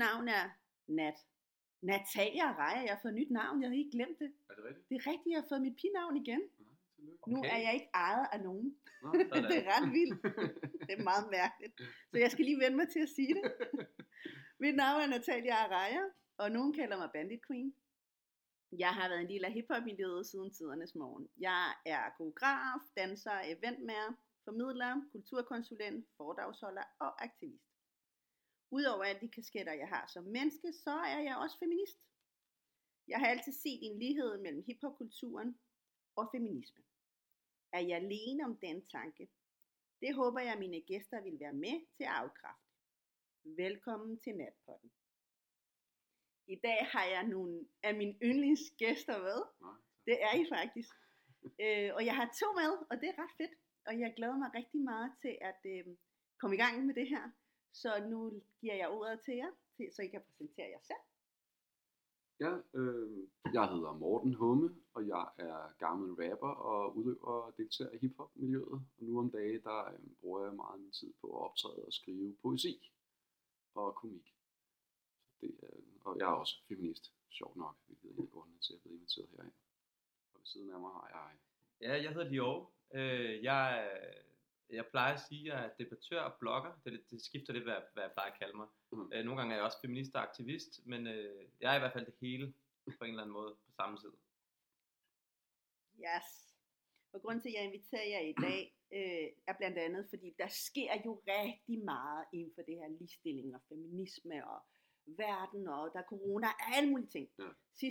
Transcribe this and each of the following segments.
navn er Natalia Raja. Jeg har fået nyt navn. Jeg har ikke glemt det. Er det rigtigt? Det er rigtigt, jeg har fået mit pigenavn igen. Okay. Nu er jeg ikke ejet af nogen. Nå, Det er ret vildt. Det er meget mærkeligt. Så jeg skal lige vende mig til at sige det. Mit navn er Natalia Raja, og nogen kalder mig Bandit Queen. Jeg har været en del af hiphop-miljøet siden tidernes morgen. Jeg er koreograf, danser, eventmager, formidler, kulturkonsulent, foredragsholder og aktivist. Udover alle de kasketter, jeg har som menneske, så er jeg også feminist. Jeg har altid set en lighed mellem hiphop-kulturen og feminisme. Er jeg alene om den tanke? Det håber jeg, at mine gæster vil være med til at afkræfte. Velkommen til Natpotten. I dag har jeg nogle af mine yndlingsgæster med. Det er I faktisk. Og jeg har 2 med, og det er ret fedt. Og jeg glæder mig rigtig meget til at komme i gang med det her. Så nu giver jeg ordet til jer, så I kan præsentere jer selv. Ja, jeg hedder Morten Humme, og jeg er gammel rapper og udøver og deltager i hiphop-miljøet. Og nu om dagen, der bruger jeg meget min tid på at optræde og skrive poesi og komik. Og jeg er også feminist, sjovt nok, hvilket er en af grundene til at blive inviteret herhen. Og ved siden af mig har jeg... Ja, jeg hedder Lior. Jeg plejer at sige, at jeg er debattør og blogger. Det skifter lidt, hvad jeg plejer at kalde mig. Nogle gange er jeg også feminist og aktivist, men jeg er i hvert fald det hele på en eller anden måde på samme tid. Yes. Og grunden til, at jeg inviterer jer i dag, er blandt andet, fordi der sker jo rigtig meget inden for det her ligestilling og feminisme og verden, og der er corona og alle mulige ting. Ja.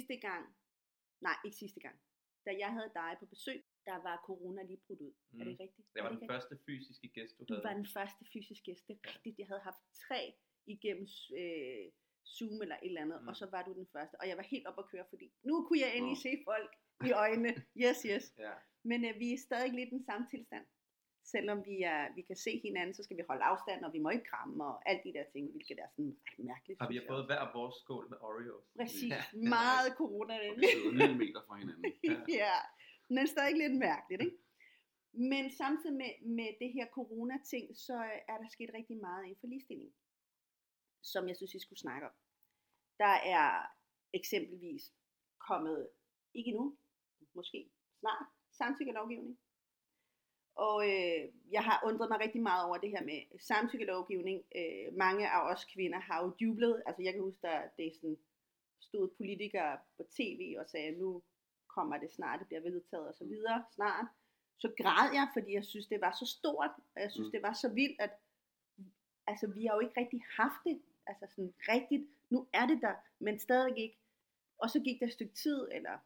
Ikke sidste gang. Da jeg havde dig på besøg, der var corona lige brudt ud. Er det rigtigt? Jeg var den første fysiske gæst, du havde. Du var den første fysiske gæst, det er rigtigt. Jeg havde haft 3 igennem Zoom eller et eller andet, og så var du den første. Og jeg var helt op at køre, fordi nu kunne jeg endelig se folk i øjnene. Yes. Ja. Men vi er stadig lidt i den samme tilstand. Selvom vi kan se hinanden, så skal vi holde afstand, og vi må ikke kramme, og alt de der ting, hvilket er sådan ret mærkeligt. Og vi har fået hver vores skål med Oreos. Præcis, meget corona. Og vi sidder 9 meter fra hinanden. Ja, men stadig lidt mærkeligt, ikke? Men samtidig med det her corona-ting, så er der sket rigtig meget inden for ligestilling, som jeg synes, vi skulle snakke om. Der er eksempelvis kommet, ikke nu, måske snart, samtykkelovgivning. Og jeg har undret mig rigtig meget over det her med samtykkelovgivning. Mange af os kvinder har jo jublet. Altså jeg kan huske, at det sådan stod politikere på tv og sagde, nu kommer det snart, det bliver vedtaget og så videre snart. Så græd jeg, fordi jeg synes, det var så stort, og jeg synes, det var så vildt, at altså, vi har jo ikke rigtig haft det, altså sådan rigtigt, nu er det der, men stadig ikke. Og så gik der et stykke tid, eller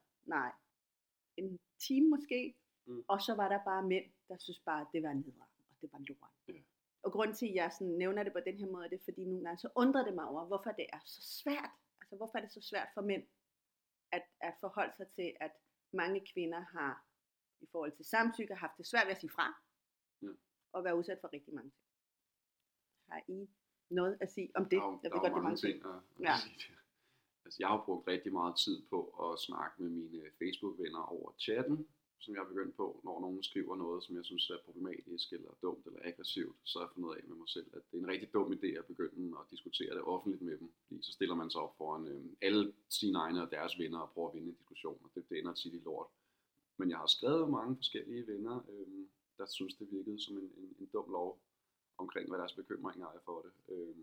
en time måske, og så var der bare mænd, der synes bare, at det var nederen, og det var lort. Yeah. Og grunden til, at jeg sådan nævner det på den her måde, det er, fordi nogle gange så undrer det mig over, hvorfor det er så svært, altså hvorfor er det så svært for mænd, at forholde sig til, at mange kvinder har, i forhold til samtykke, haft det svært ved at sige fra, og være udsat for rigtig mange ting. Har I noget at sige om det? Der er mange ting at sige. Altså, jeg har brugt rigtig meget tid på at snakke med mine Facebook-venner over chatten, som jeg har begyndt på, når nogen skriver noget, som jeg synes er problematisk, eller dumt, eller aggressivt, så har jeg fundet af med mig selv, at det er en rigtig dum idé at begynde at diskutere det offentligt med dem, fordi så stiller man sig op foran alle sine egne og deres venner og prøver at vinde en diskussion, og det ender tit i lort. Men jeg har skrevet mange forskellige venner, der synes, det virkede som en dum lov omkring, hvad deres bekymringer er for det.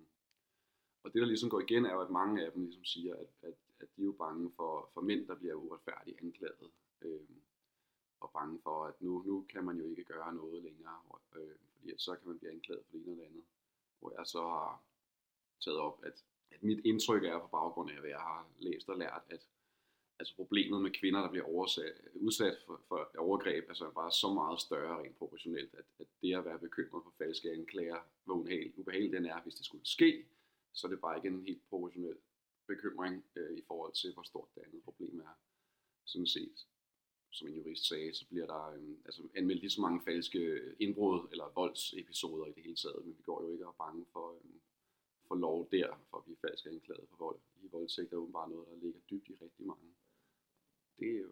Og det, der ligesom går igen, er jo, at mange af dem ligesom siger, at de er jo bange for mænd, der bliver uretfærdigt anklaget. Og bange for, at nu kan man jo ikke gøre noget længere, fordi at så kan man blive anklaget for det ene eller andet. Hvor jeg så har taget op, at mit indtryk er på baggrund af, hvad jeg har læst og lært, at altså problemet med kvinder, der bliver udsat for overgreb, altså bare så meget større rent proportionelt, at det at være bekymret for falske anklager, hvor ubehageligt den er, hvis det skulle ske, så er det bare ikke en helt proportionel bekymring i forhold til, hvor stort det andet problem er. Sådan set, som en jurist sagde, så bliver der anmeldt lige så mange falske indbrud eller voldsepisoder i det hele taget, men vi går jo ikke og er bange for lov der, for at blive falsk anklaget for vold. I voldtægt er åbenbart noget, der ligger dybt i rigtig mange. Det er jo,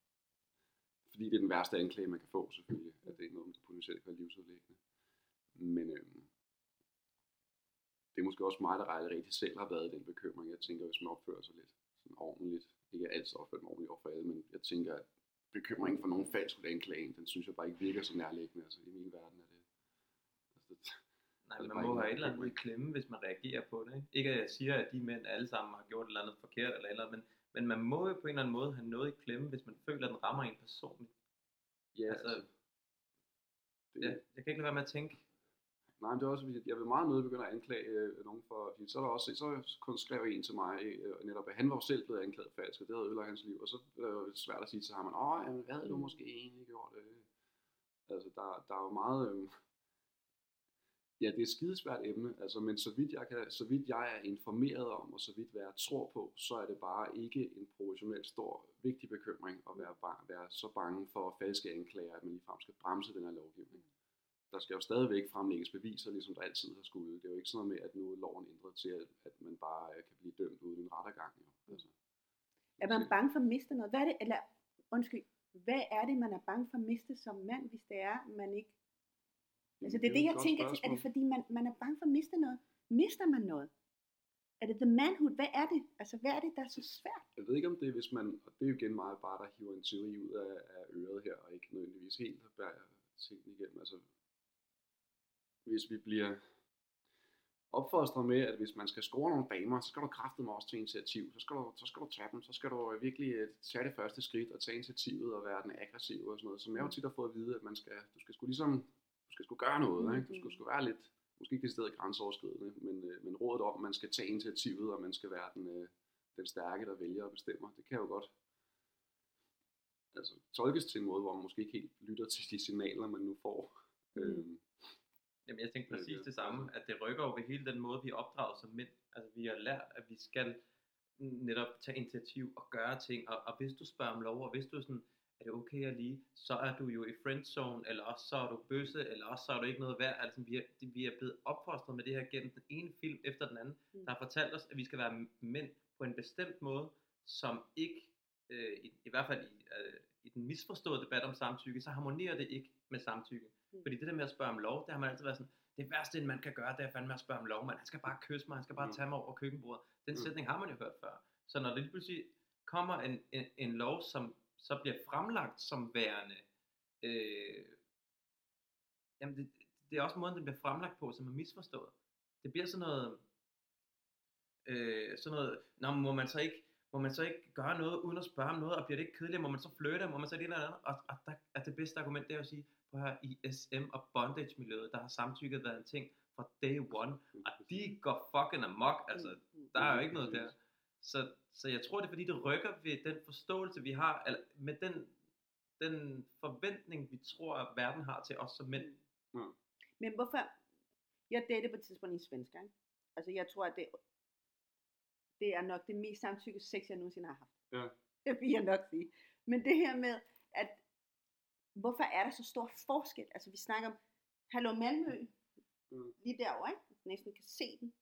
fordi det er den værste anklage, man kan få selvfølgelig, at det er noget, der potentielt kan være livsudlæggende. Men det er måske også mig, der rigtig selv har været i den bekymring. Jeg tænker, hvis man opfører sig lidt sådan ordentligt, ikke jeg altid opført mig ordentligt over for alle, men jeg tænker, at bekymringen for nogen falsk anklage, den synes jeg bare ikke virker så nærliggende. Altså i min verden er det. Altså, Nej, man må have et eller andet i klemme, hvis man reagerer på det. Ikke at jeg siger, at de mænd alle sammen har gjort et eller andet forkert eller andet, men man må jo på en eller anden måde have noget i klemme, hvis man føler, at den rammer en personligt. Ja, altså det, jeg kan ikke lade være med at tænke. Nej, men det er også, jeg vil meget nødt begynde at anklage nogen for, fordi så er der også, så kun skrev en til mig, netop at han var selv blevet anklaget falsk, og det havde ødelagt hans liv, og så er det jo svært at sige til ham, jamen, hvad havde du måske egentlig gjort? Altså, der er jo meget, ja, det er et skidesvært emne, altså, men så vidt jeg er informeret om, og så vidt hvad jeg tror på, så er det bare ikke en proportionelt stor, vigtig bekymring at være så bange for falske anklager, at man ligefrem skal bremse den her lovgivning. Der skal jo stadigvæk fremlægges beviser, ligesom der altid har skulle. Det er jo ikke sådan noget med, at nu er loven ændret til, at man bare kan blive dømt uden en rettergang. Altså. Er man bange for at miste noget? Hvad er det, man er bange for at miste som mand, hvis det er, man ikke... Altså det er det, jeg tænker til. Er det fordi, man er bange for at miste noget? Mister man noget? Er det the manhood? Hvad er det? Altså hvad er det, der er så svært? Jeg ved ikke om det er, hvis man... Og det er jo igen meget bare, der hiver en teori ud af øret her, og ikke nødvendigvis helt at bære tingene igennem. Altså hvis vi bliver opfostret med, at hvis man skal score nogle damer, så skal du kraftedeme også tage initiativ, så skal du tage dem, så skal du virkelig tage det første skridt og tage initiativet og være den aggressive og sådan noget, som jeg jo tit har fået at vide, at du skal sgu gøre noget, ikke? Du skal være lidt, måske ikke det sted grænseoverskridende, men rådet om, at man skal tage initiativet, og man skal være den stærke, der vælger og bestemmer, det kan jo godt altså tolkes til en måde, hvor man måske ikke helt lytter til de signaler, man nu får. Jamen jeg tænkte præcis det samme, at det rykker over ved hele den måde, vi er opdraget som mænd. Altså vi har lært, at vi skal netop tage initiativ og gøre ting, og hvis du spørger om lov, og hvis du sådan, er det okay at lige, så er du jo i friendzone, eller også så er du bøsse, eller også så er du ikke noget værd. Altså vi er blevet opfostret med det her gennem den ene film efter den anden, der har fortalt os, at vi skal være mænd på en bestemt måde, som ikke, i hvert fald i den misforståede debat om samtykke, så harmonerer det ikke med samtykke. Fordi det der med at spørge om lov, det har man altid været sådan, det værste en mand kan gøre, det er fandme at spørge om lov, man. Han skal bare kysse mig, han skal bare tage mig over køkkenbordet. Den sætning har man jo hørt før. Så når det lige pludselig kommer en lov, som så bliver fremlagt som værende, jamen det er også måden, den bliver fremlagt på, som er misforstået. Det bliver sådan noget, må man så ikke gøre noget uden at spørge om noget, og bliver det ikke kedeligt, må man så flirte, må man så det eller andet, og der er det bedste argument, det er at sige, på her i SM og bondage miljøet, der har samtykket været en ting fra day one, og de går fucking amok, altså der er jo ikke noget der. Så jeg tror det er fordi det rykker ved den forståelse vi har, eller med den forventning vi tror at verden har til os som mænd. Men hvorfor? Jeg datede på et tidspunkt en svensk, ikke? Altså jeg tror at det er nok det mest samtykke sex jeg nogensinde har haft. Ja. Det vil jeg nok sige. Men det her med at hvorfor er der så stor forskel? Altså vi snakker om Hallo Malmø, lige derovre, ikke? Næsten kan se den.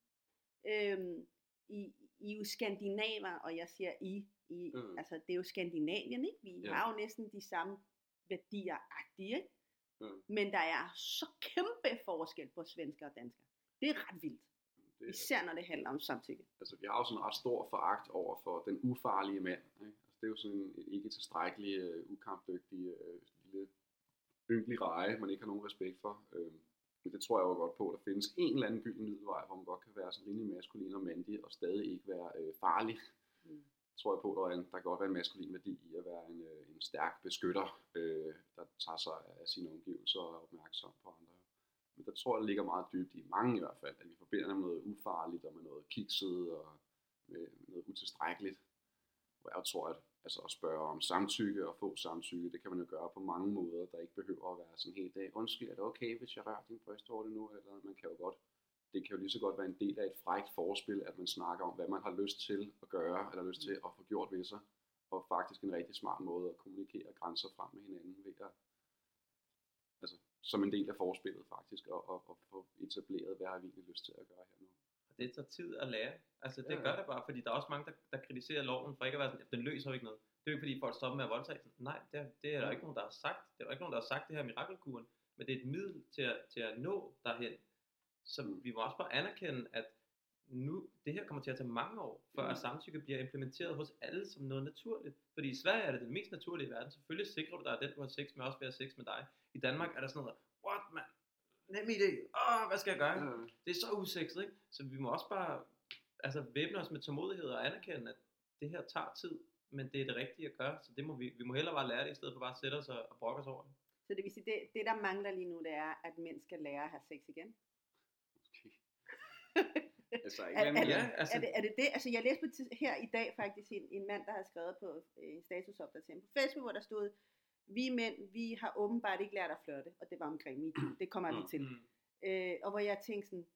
I er jo skandinaver, og jeg siger altså det er jo Skandinavien, ikke? Vi har jo næsten de samme værdier-agtige, ikke? Men der er så kæmpe forskel på svensker og danskere. Det er ret vildt. Især når det handler om samtykke. Altså vi har jo sådan en ret stor foragt over for den ufarlige mand, ikke? Altså, det er jo sådan en ikke tilstrækkelig ukampdygtig lille ynkelig reje, man ikke har nogen respekt for. Men det tror jeg jo godt på, at der findes en eller anden gylden middelvej, hvor man godt kan være sådan rimelig maskulin og mandig, og stadig ikke være farlig. Tror jeg på, der kan godt være en maskulin værdi i at være en stærk beskytter, der tager sig af sine omgivelser og er opmærksom på andre. Men der tror jeg, der ligger meget dybt i mange i hvert fald, at vi forbinder med noget ufarligt og med noget kikset og med noget utilstrækkeligt. Hvor jeg tror, at spørge om samtykke og få samtykke, det kan man jo gøre på mange måder, der ikke behøver at være sådan helt af, undskyld, er det okay, hvis jeg rører din brystvorte nu? Eller man kan jo godt, det kan jo lige så godt være en del af et frækt forspil, at man snakker om, hvad man har lyst til at gøre, eller lyst til at få gjort ved sig, og faktisk en rigtig smart måde at kommunikere grænser frem med hinanden ved at, altså som en del af forspillet faktisk, og få etableret, hvad har vi egentlig lyst til at gøre her nu. Det tager tid at lære. Altså det gør det bare, fordi der er også mange, der kritiserer loven for ikke at være sådan, at den løser jo ikke noget. Det er jo ikke fordi folk stopper med at voldtage. Nej, det er der ikke nogen, der har sagt. Det er ikke nogen, der har sagt det her mirakelkuren. Men det er et middel til at nå derhen. Så vi må også bare anerkende, at det her kommer til at tage mange år, før at samtykke bliver implementeret hos alle som noget naturligt. Fordi i Sverige er det den mest naturlige i verden. Selvfølgelig sikrer du dig, at den, du har sex med, også vil have sex med dig. I Danmark er der sådan noget, what man? Nem idé. Hvad skal jeg gøre? Det er så usekset, ikke? Så vi må også bare væbne os med tålmodighed og anerkende, at det her tager tid, men det er det rigtige at gøre. Så det må vi må hellere bare lære det, i stedet for bare at sætte os og brokke os over det. Så det vil sige, det der mangler lige nu, det er, at mænd skal lære at have sex igen? Okay. Er det det? Altså jeg læste her i dag faktisk en mand, der har skrevet på en statusopdatering på Facebook, hvor der stod, vi mænd, vi har åbenbart ikke lært at flirte, og det var omkring MeToo. Det kommer vi til. Og hvor jeg tænkte sådan,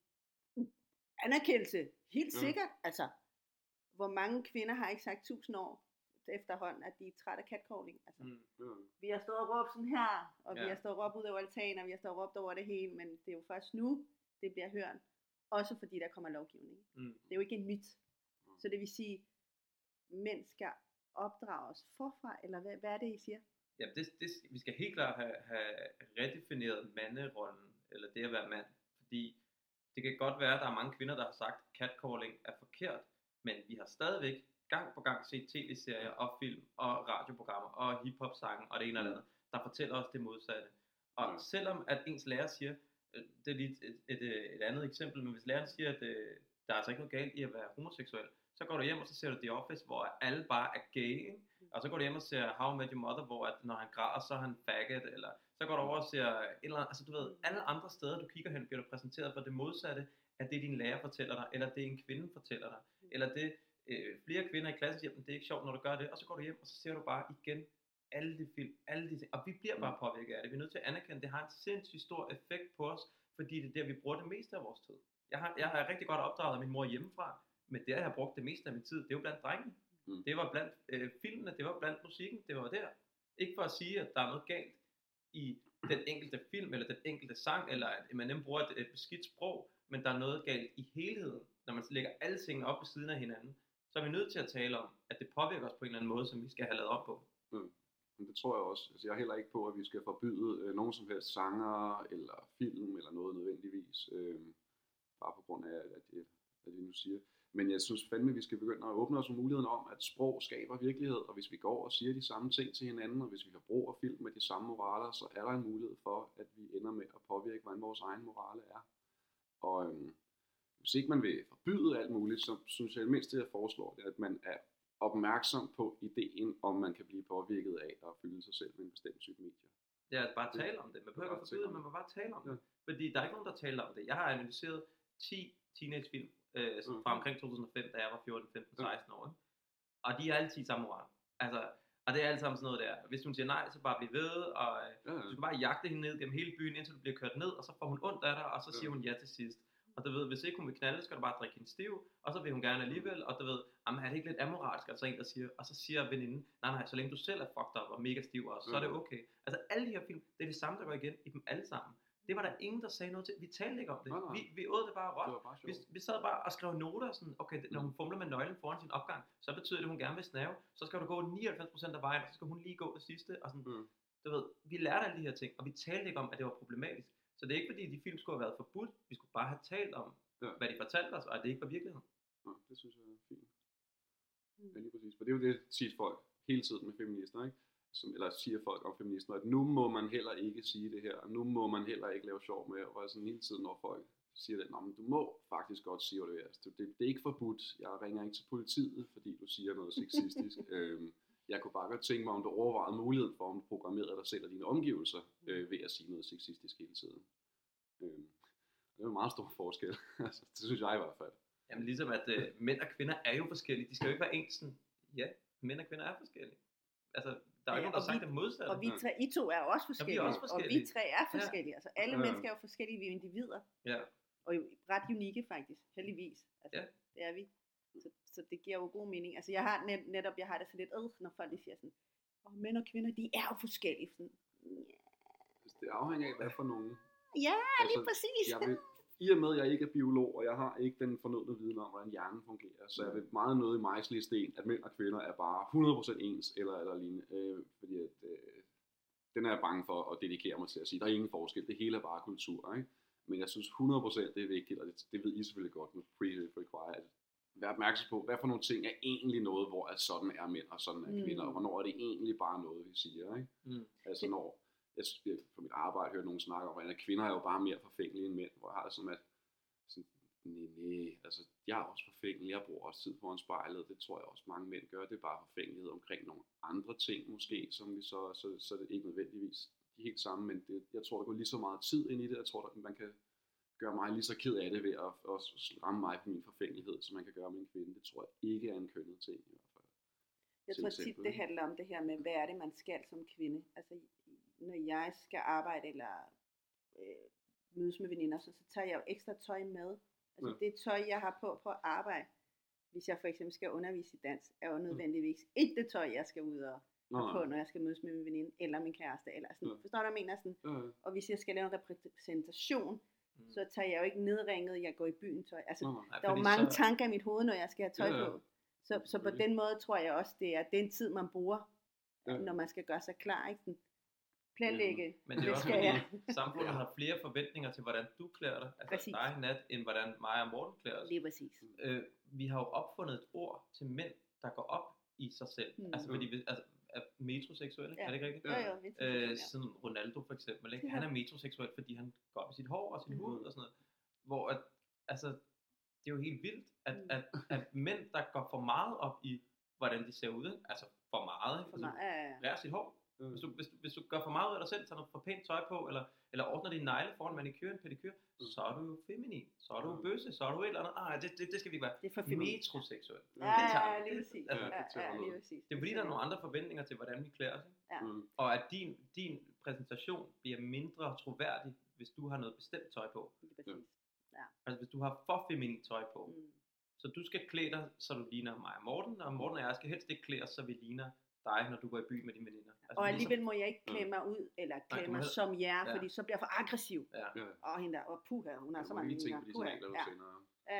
anerkendelse, helt sikkert. Altså, hvor mange kvinder har ikke sagt 1000 år efterhånden, at de er træt af catcalling. Altså, vi har stået og råbt sådan her, og vi har stået og råbt ud over altanen, og vi har stået og råbt over det hele, men det er jo først nu, det bliver hørt. Også fordi der kommer lovgivning. Det er jo ikke en myt. Så det vil sige, mænd skal opdrages forfra, eller hvad er det, I siger? Ja, vi skal helt klart have redefineret manderollen, eller det at være mand. Fordi det kan godt være, at der er mange kvinder, der har sagt, at catcalling er forkert, men vi har stadigvæk gang på gang set tv-serier og film og radioprogrammer og hiphop-sange og det ene eller andet, der fortæller os det modsatte. Og selvom at ens lærer siger, det er lige et andet eksempel, men hvis læreren siger, at der er altså ikke noget galt i at være homoseksuel, så går du hjem og så ser du The Office, hvor alle bare er gay, ikke? Og så går du hjem og ser How I Met Your Mother, hvor at når han græder, så er han faggot, eller så går du over og ser et eller andet, altså du ved, alle andre steder du kigger hen, bliver du præsenteret for det modsatte, at det din lærer fortæller dig, eller det en kvinde fortæller dig, eller det flere kvinder i klassen siger, det er ikke sjovt, når du gør det, og så går du hjem, og så ser du bare igen alle de film, alle de ting, og vi bliver bare påvirket af det. Vi er nødt til at anerkende, at det har en sindssygt stor effekt på os, fordi det er der, vi bruger det meste af vores tid. Jeg har rigtig godt opdraget af min mor hjemmefra, men der jeg har brugt det meste af min tid, det er jo blandt drengene. Det var blandt filmene, det var blandt musikken, det var der. Ikke for at sige, at der er noget galt i den enkelte film, eller den enkelte sang, eller at man nemt bruger et beskidt sprog, men der er noget galt i helheden. Når man lægger alle tingene op ved siden af hinanden, så er vi nødt til at tale om, at det påvirker os på en eller anden måde, som vi skal have lavet op på. Men det tror jeg også. Altså, jeg er heller ikke på, at vi skal forbyde nogen som helst sanger eller film eller noget nødvendigvis. Bare på grund af, at det nu siger. Men jeg synes fandme, at vi skal begynde at åbne os for muligheden om, at sprog skaber virkelighed. Og hvis vi går og siger de samme ting til hinanden, og hvis vi har brug af film med de samme moraler, så er der en mulighed for, at vi ender med at påvirke, hvordan vores egen morale er. Og hvis ikke man vil forbyde alt muligt, så synes jeg mindst det, jeg foreslår, det er, at man er opmærksom på ideen, om man kan blive påvirket af at fylde sig selv med en bestemt type medier. Ja, bare tale om det. Man behøver ikke forbyde, man må bare tale om det. Fordi der er ikke nogen, der taler om det. Jeg har analyseret 10 teenagefilm fra omkring 2005, da jeg var 14, 15, 16 år. Ikke? Og de er altid samme moral. Altså, og det er alt sammen sådan noget der. Hvis hun siger nej, så bare bliv ved, og du skal bare jagte hende ned gennem hele byen, indtil du bliver kørt ned, og så får hun ondt af dig, og så siger hun ja til sidst. Og du ved, hvis ikke hun vil knalde, skal du bare drikke hende stiv, og så vil hun gerne alligevel, og du ved, er det ikke lidt amoralsk, altså en, der siger, og så siger veninden, nej, så længe du selv er fucked up og mega stiv også, så er det okay. Altså alle de her film, det er det samme, der går igen i dem alle sammen. Det var der ingen, der sagde noget til. Vi talte ikke om det. Vi åd det bare råt. Vi sad bare og skrev noter sådan, okay, når hun fumler med nøglen foran sin opgang, så betyder det, at hun gerne vil snave. Så skal du gå 99% af vejen, og så skal hun lige gå det sidste. Og sådan, du ved, vi lærte alle de her ting, og vi talte ikke om, at det var problematisk. Så det er ikke fordi, de film skulle have været forbudt. Vi skulle bare have talt om, hvad de fortalte os, og at det ikke var virkeligheden. Ja, det synes jeg er fint. Ja, lige præcis. For det er jo det, siger folk hele tiden med feminister, ikke? Eller siger folk om feminister, at nu må man heller ikke sige det her, og nu må man heller ikke lave sjov med, og sådan hele tiden, når folk siger det, men du må faktisk godt sige, hvad det er. Det er ikke forbudt, jeg ringer ikke til politiet, fordi du siger noget sexistisk. Jeg kunne bare godt tænke mig, om du overvejede muligheden for, om du programmerede dig selv og dine omgivelser ved at sige noget sexistisk hele tiden. Det er en meget stor forskel, altså, det synes jeg i hvert fald. Jamen ligesom at mænd og kvinder er jo forskellige, de skal jo ikke være ens sådan, ja, mænd og kvinder er forskellige. Altså, der er jo ikke nogen, der har sagt det modsatte. Og vi tre, I to er også forskellige, og, og vi tre er forskellige. Altså alle mennesker er jo forskellige, vi er individer. Ja. Og jo ret unikke faktisk, heldigvis. Altså, det er vi. Så det giver jo god mening. Altså jeg har netop, jeg har det så lidt når folk de siger sådan, mænd og kvinder, de er jo forskellige. Sådan, det afhænger af, hvad for nogen. Ja, lige præcis. I og med, at jeg ikke er biolog, og jeg har ikke den fornødne viden om, hvordan hjernen fungerer, så jeg vil meget noget i mejsle i sten, at mænd og kvinder er bare 100% ens, eller lignende, fordi at, den er jeg bange for at dedikere mig til at sige, der er ingen forskel, det hele er bare kultur, ikke? Men jeg synes 100% det er vigtigt, og det ved I selvfølgelig godt med pre-required bare at være opmærksom på, hvad for nogle ting er egentlig noget, hvor at sådan er mænd, og sådan er kvinder, og hvornår er det egentlig bare noget, vi siger, ikke? Altså når, jeg på mit arbejde hører nogen snakke om, at kvinder er jo bare mere forfængelige end mænd, hvor jeg har det sådan, at nej, altså jeg er også forfængelig, jeg bruger også tid på en spejlet, det tror jeg også mange mænd gør, det er bare forfængelighed omkring nogle andre ting måske, som vi så er det ikke nødvendigvis de helt samme, men jeg tror, der går lige så meget tid ind i det, jeg tror, at man kan gøre mig lige så ked af det ved at ramme mig på min forfængelighed, som man kan gøre med en kvinde. Det tror jeg ikke er en kønnet ting i hvert fald. Jeg tror tit, det handler om det her med, hvad er det, man skal som kvinde. Altså, når jeg skal arbejde eller mødes med veninder, så tager jeg jo ekstra tøj med. Altså, det tøj, jeg har på arbejde, hvis jeg for eksempel skal undervise i dans, er jo nødvendigvis ikke det tøj, jeg skal ud og på, når jeg skal mødes med min veninde eller min kæreste. Eller sådan. Forstår du, hvad jeg mener? Sådan. Og hvis jeg skal lave en repræsentation, så tager jeg jo ikke nedringet, jeg går i byen tøj. Altså, der er jo mange tanker i mit hoved, når jeg skal have tøj på. Så på den måde tror jeg også, det er den tid, man bruger, når man skal gøre sig klar. Ikke? Planlægge. Men det er også fordi, samfundet har flere forventninger til, hvordan du klæder dig. Altså dig, Nat, end hvordan mig og Morten klæder os. Lige præcis. Vi har jo opfundet et ord til mænd, der går op i sig selv. Altså fordi er metroseksuelle, er det ikke rigtigt? Jo, sådan Ronaldo for eksempel, ikke? Han er metroseksuel, fordi han går op i sit hår og sin hud og sådan noget. Hvor altså, det er jo helt vildt, at mænd, der går for meget op i, hvordan de ser ud, altså for meget, for eksempel, lærer sit hår. Hvis du gør for meget ud af dig selv, tager noget for pænt tøj på, eller ordner dine negle foran manikyren, pedikyr, så er du jo feminin, så er du bøsse, så er du et eller andet. Det skal vi ikke være. Det er for metroseksuel. Lige præcis. Det er fordi, der er nogle andre forventninger til, hvordan vi klæder os. Og at din præsentation bliver mindre troværdig, hvis du har noget bestemt tøj på. Altså hvis du har for feminin tøj på. Så du skal klæde dig, så du ligner mig og Morten, og Morten og jeg skal helst ikke klæde os, så vi ligner dig, når du går i by med dine veninder. Altså, og alligevel må jeg ikke klæde mig ud, eller klæde mig som jer, fordi så bliver jeg for aggressiv. Og hende der, og puha, hun har så mange vinger.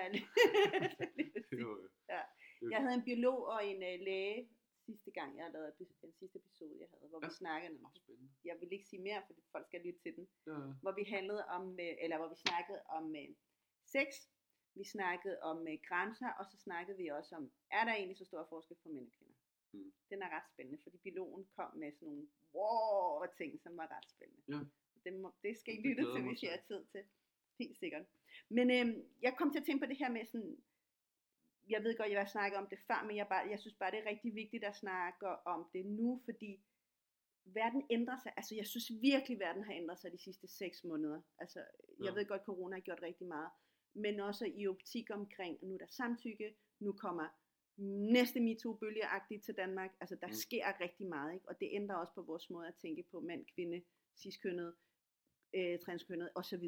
Jeg havde en biolog og en læge sidste gang, jeg lavede den sidste episode, jeg havde, hvor vi snakkede om, jeg vil ikke sige mere, fordi folk skal lytte til den, hvor vi handlede om, eller hvor vi snakkede om sex, vi snakkede om grænser, og så snakkede vi også om, er der egentlig så stor forskel på mænd og kvinder? Den er ret spændende, fordi biologen kom med sådan nogle ting, som var ret spændende. Det skal I lytte til, hvis jeg har tid til. Helt sikkert. Men jeg kom til at tænke på det her med sådan, jeg ved godt, jeg har snakket om det før, men jeg synes bare, det er rigtig vigtigt at snakke om det nu, fordi verden ændrer sig. Altså, jeg synes virkelig, verden har ændret sig de sidste 6 måneder. Altså, jeg ved godt, corona har gjort rigtig meget, men også i optik omkring, nu er der samtykke, nu kommer næste MeToo-bølgeagtigt til Danmark. Altså, der sker rigtig meget, ikke? Og det ændrer også på vores måde at tænke på mand, kvinde, ciskønnet, transkønnet osv.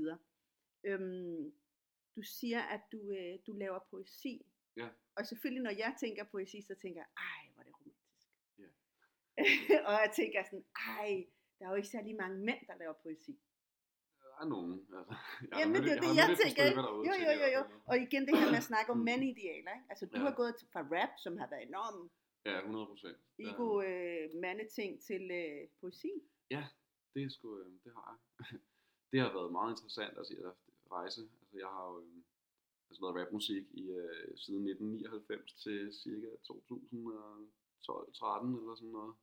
Du siger, at du laver poesi. Og selvfølgelig, når jeg tænker poesi, så tænker jeg, ej, hvor er det romantisk. Og jeg tænker sådan, ej, der er jo ikke særlig mange mænd, der laver poesi. Der er nogen. Altså, jamen det er det, jeg tænker. Jo. Og igen det her med at snakke om mandidealer. Ikke? Altså du har gået fra rap, som har været enormt. Ja, 100%. Ego mandeting til poesi. Ja, det har jeg. Det har været meget interessant at rejse. Altså jeg har jo lavet rapmusik siden 1999 til cirka 2012-13 eller sådan noget.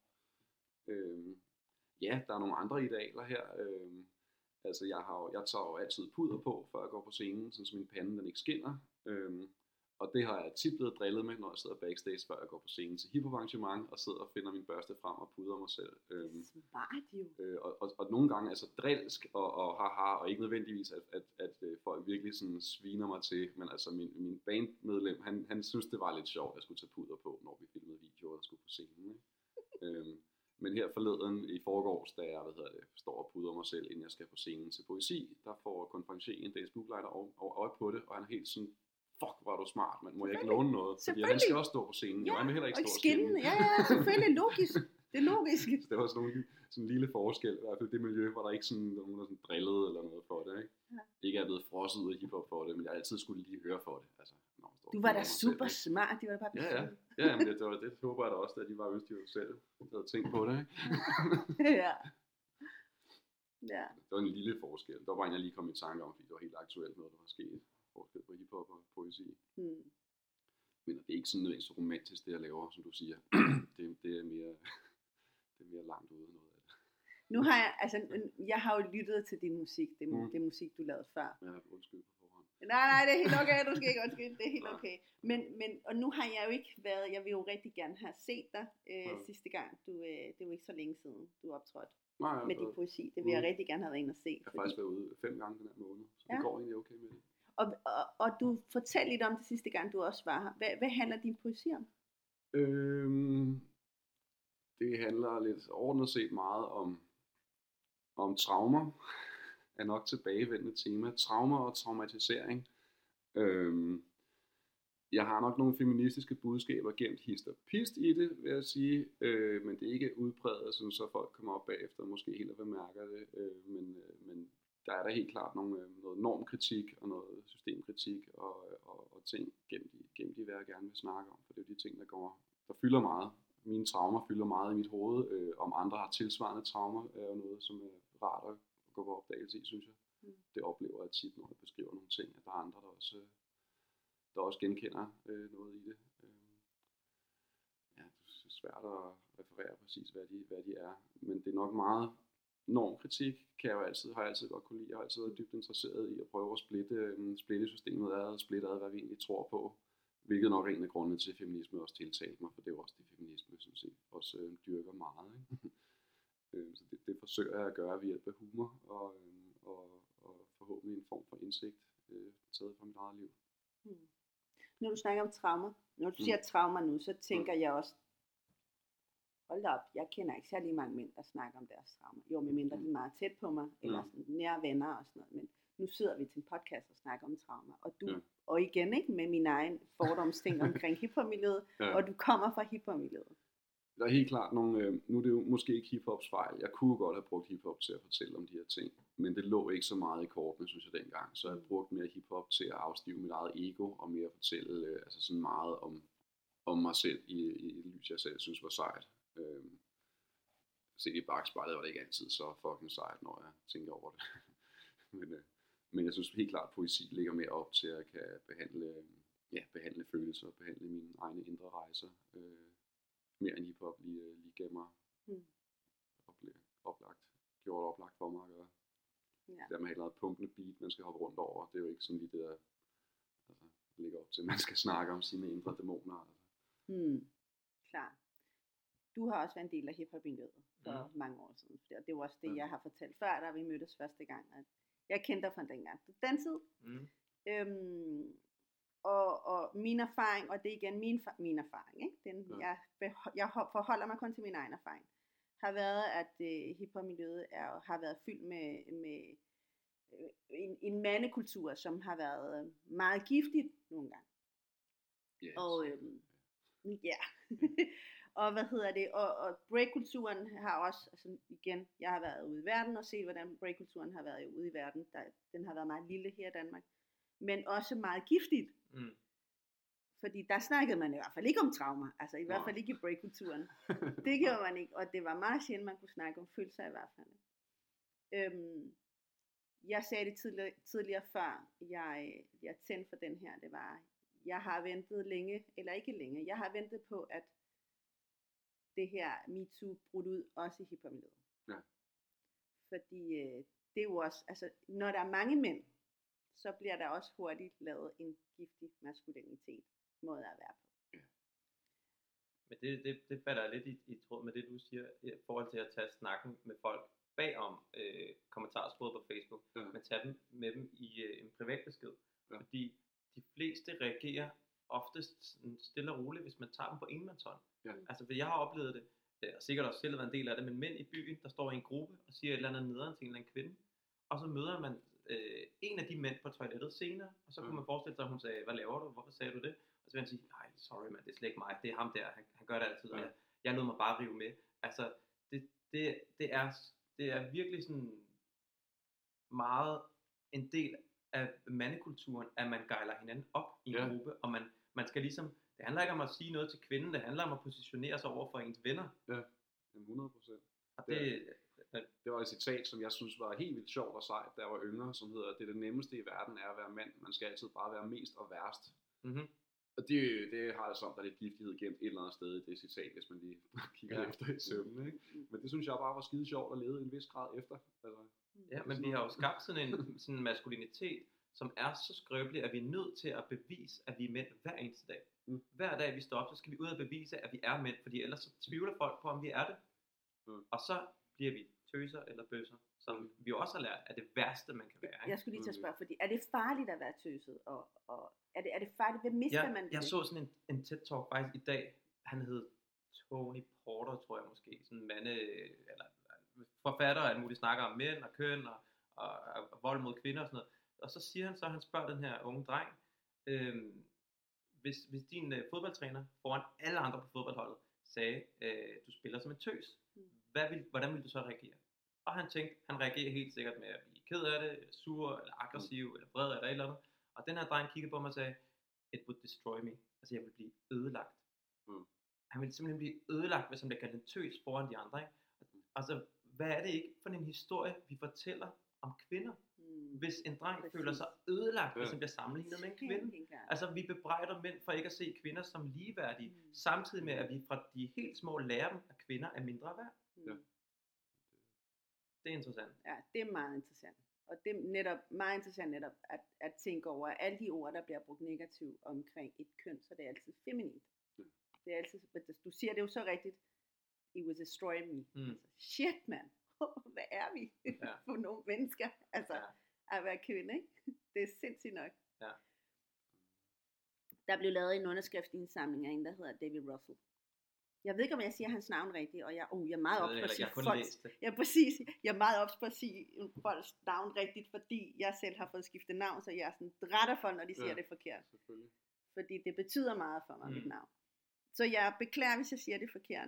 Ja, der er nogle andre idealer her. Altså jeg tager jo altid puder på, før jeg går på scenen, så min pande den ikke skinner. Og det har jeg tit blevet drillet med, når jeg sidder backstage, før jeg går på scenen til hiphop-arrangement, og sidder og finder min børste frem og puder mig selv. Smart jo. Og nogle gange altså drilsk og haha, og ikke nødvendigvis, at folk virkelig sådan sviner mig til, men altså min bandmedlem, han synes det var lidt sjovt, at jeg skulle tage puder på, når vi filmede videoer og skulle på scenen. Ikke? Men her forleden i forgårs, da jeg står og puder mig selv, inden jeg skal på scenen til poesi, der får konferencieren Dennis Buchleiter øje på det, og han er helt sådan, fuck, hvor er du smart, man må jeg ikke låne noget, fordi han skal også stå på scenen, jo, han vil heller ikke stå på scenen. Ja, selvfølgelig, logisk. Det er logisk. Så det var sådan en lille forskel, i hvert fald det miljø, hvor der ikke sådan nogen, der sådan drillede eller noget for det, ikke? Ikke er blevet frosset ud af hiphop for det, men jeg altid skulle lige høre for det, altså. Du var da super smart, de var bare besøgt. Ja, men det håber jeg da også, at de var øst i selv havde tænkt på det, ikke? Ja. Det var en lille forskel. Der var en, jeg lige kom i tanke om, fordi det var helt aktuelt noget, der var sket. Forskel på hiphop og poesi. Men det er ikke sådan noget så romantisk, det jeg laver, som du siger. det er mere langt ude noget af det. Nu har jeg har jo lyttet til din musik, det musik, du lavede før. Ja, undskyld på forhånd. Nej, det er helt okay, du skal ikke undskylde, det er helt okay. Men, og nu har jeg jo ikke været, jeg vil jo rigtig gerne have set dig sidste gang, det var ikke så længe siden, du optrådte med din poesi. Det vil jeg rigtig gerne have været inde og se. Jeg har faktisk været ude 5 gange den her måned, så det går egentlig okay med det. Og du fortalte lidt om det sidste gang, du også var her. Hvad handler din poesi om? Det handler lidt overordnet set meget om traumer, er nok tilbagevendende tema. Traumer og traumatisering. Jeg har nok nogle feministiske budskaber gemt hist og pist i det, vil jeg sige, men det er ikke udpræget, sådan så folk kommer op bagefter og måske helt bemærker det, men der er der helt klart noget normkritik og noget systemkritik og ting gemt i, hvad jeg gerne vil snakke om, for det er jo de ting, der fylder meget. Mine traumer fylder meget i mit hoved. Om andre har tilsvarende traumer, er jo noget, som er rart at gå på opdagelse i, synes jeg. Det oplever jeg tit, når jeg beskriver nogle ting, at der er andre, der også genkender noget i det. Ja, det er svært at referere præcis, hvad de er, men det er nok meget normkritik, har jeg altid godt kunne lide. Jeg har altid været dybt interesseret i at prøve at splitte systemet ad, splitte ad, hvad vi egentlig tror på. Hvilket nok er en af grundene til, at feminisme også tiltalte mig, for det er jo også det feminisme, som set også dyrker meget. Ikke? Så det forsøger jeg at gøre ved hjælp af humor og forhåbentlig en form for indsigt taget fra mit eget liv. Når du snakker om traumer, når du siger traumer nu, så tænker jeg også, hold op, jeg kender ikke særlig mange mænd, der snakker om deres traumer. Jo, medmindre de er meget tæt på mig, eller sådan nære venner og sådan noget, men nu sidder vi til en podcast og snakker om traumer, og du, og igen ikke med min egen fordomsting omkring hiphop-miljøet, og du kommer fra hiphop-miljøet. Der er helt klart nogle, nu er det jo måske ikke hiphops fejl, jeg kunne godt have brugt hiphop til at fortælle om de her ting, men det lå ikke så meget i kortene, synes jeg dengang, så jeg brugte mere hiphop til at afstive mit eget ego, og mere at fortælle altså sådan meget om mig selv i lys, jeg selv synes var sejt. Set i bagspejlet var det ikke altid så fucking sejt, når jeg tænker over det. Men jeg synes helt klart, at poesi ligger mere op til at kan behandle følelser, behandle mine egne indre rejser. Mere end hiphop lige gav mig oplagt for mig at gøre. Ja. Der med helt noget pumpende beat, man skal hoppe rundt over, det er jo ikke sådan lige det der ligger op til, at man skal snakke om sine indre dæmoner. Klar. Du har også været en del af hiphop-miljøet for mange år siden. Det var også det, jeg har fortalt før, da vi mødtes første gang. At jeg kendte dig fra dengang. Du dansede. Og min erfaring, og det er igen min erfaring, ikke? Jeg forholder mig kun til min egen erfaring, har været, at hiphop-miljøet har været fyldt med en mandekultur, som har været meget giftigt nogle gange. Yes. Og og og breakkulturen har også, altså igen, jeg har været ude i verden og set, hvordan breakkulturen har været ude i verden. Den har været meget lille her i Danmark, men også meget giftigt. Fordi der snakkede man i hvert fald ikke om traumer, altså i hvert fald ikke i breakkulturen. Det gjorde man ikke, og det var meget sjældent, man kunne snakke om følelser i hvert fald. Jeg sagde det tidligere før, jeg tændte for den her, det var, jeg har ventet længe, eller ikke længe, jeg har ventet på, at det her MeToo brudt ud, også i hiphop-miljøet. Ja. Fordi det er jo også, altså når der er mange mænd, så bliver der også hurtigt lavet en giftig maskulinitet måde at være på. Ja. Men det falder lidt i tråd med det, du siger, i forhold til at tage snakken med folk bagom kommentarsporet på Facebook, men tage med dem i en privat besked. Ja. Fordi de fleste reagerer oftest stille og roligt, hvis man tager dem på enmandshånd. Ja. Altså, for jeg har oplevet det, og sikkert også selv været en del af det, men mænd i byen, der står i en gruppe og siger et eller andet nederen til en eller anden kvinde, og så møder man en af de mænd på toilettet senere, og så kunne man forestille sig, at hun sagde, hvad laver du, hvorfor sagde du det? Og så vil han sige, nej, sorry man, det er slet ikke mig, det er ham der, han gør det altid, og jeg lod mig bare rive med. Altså, det er virkelig sådan meget en del af mandekulturen, at man gejler hinanden op i en gruppe, og man skal ligesom, det handler ikke om at sige noget til kvinden, det handler om at positionere sig over for ens venner. Ja, 100%. Og det var et citat, som jeg synes var helt vildt sjovt og sejt, da jeg var yngre, som hedder, det nemmeste i verden er at være mand, man skal altid bare være mest og værst. Og det har jeg som, der er lidt giftighed gemt et eller andet sted i det citat, hvis man lige kigger efter i søvnen, ikke? Men det synes jeg bare var skide sjovt at lede en vis grad efter. Altså, Ja, men vi har jo skabt sådan en maskulinitet, som er så skrøbelig, at vi er nødt til at bevise, at vi er mænd hver eneste dag. Hver dag vi står op, så skal vi ud og bevise, at vi er mænd, fordi ellers så tvivler folk på, om vi er det. Og så bliver vi tøser eller bøsser, som vi jo også har lært, er det værste, man kan være. Ikke? Jeg skulle lige til at spørge, fordi er det farligt at være tøset? Og er det farligt? Hvad mister man det? Jeg så sådan en TED-talk faktisk i dag. Han hed Tony Porter, tror jeg måske. Sådan en eller forfatter, at muligt snakker om mænd og køn og vold mod kvinder og sådan noget. Og så siger han spørger den her unge dreng, hvis din fodboldtræner foran alle andre på fodboldholdet sagde, du spiller som en tøs, hvordan vil du så reagere? Og han tænkte, han reagerer helt sikkert med at blive ked af det, eller sur, eller aggressiv, eller vred, eller et eller andet. Og den her dreng kiggede på mig og sagde, it would destroy me. Altså jeg vil blive ødelagt. Han ville simpelthen blive ødelagt, hvis han bliver kaldt en tøs foran de andre. Ikke? Altså, hvad er det ikke for en historie, vi fortæller om kvinder? Hvis en dreng føler sig ødelagt, hvis han bliver sammenlignet med en kvinde. Altså, vi bebrejder mænd for ikke at se kvinder som ligeværdige, samtidig med, at vi fra de helt små lærer dem, at kvinder er mindre værd. Det er interessant. Ja, det er meget interessant. Og det er netop meget interessant netop at tænke over, at alle de ord, der bliver brugt negativt omkring et køn, så det er altid feminint. Det er altid, du siger det jo så rigtigt, it would destroy me. Altså, shit, man. Hvad er vi for nogle mennesker? Altså, at være kvinde, ikke? Det er sindssygt nok. Ja. Der blev lavet en underskriftsindsamling af en, der hedder David Russell. Jeg ved ikke, om jeg siger hans navn rigtigt, og jeg er meget ops på at sige folks, præcis. Jeg er meget ops på at sige folks navn rigtigt, fordi jeg selv har fået skiftet navn, så jeg er sådan drætter for, når de siger det forkert. Fordi det betyder meget for mig, mit navn. Så jeg beklager, hvis jeg siger det forkert.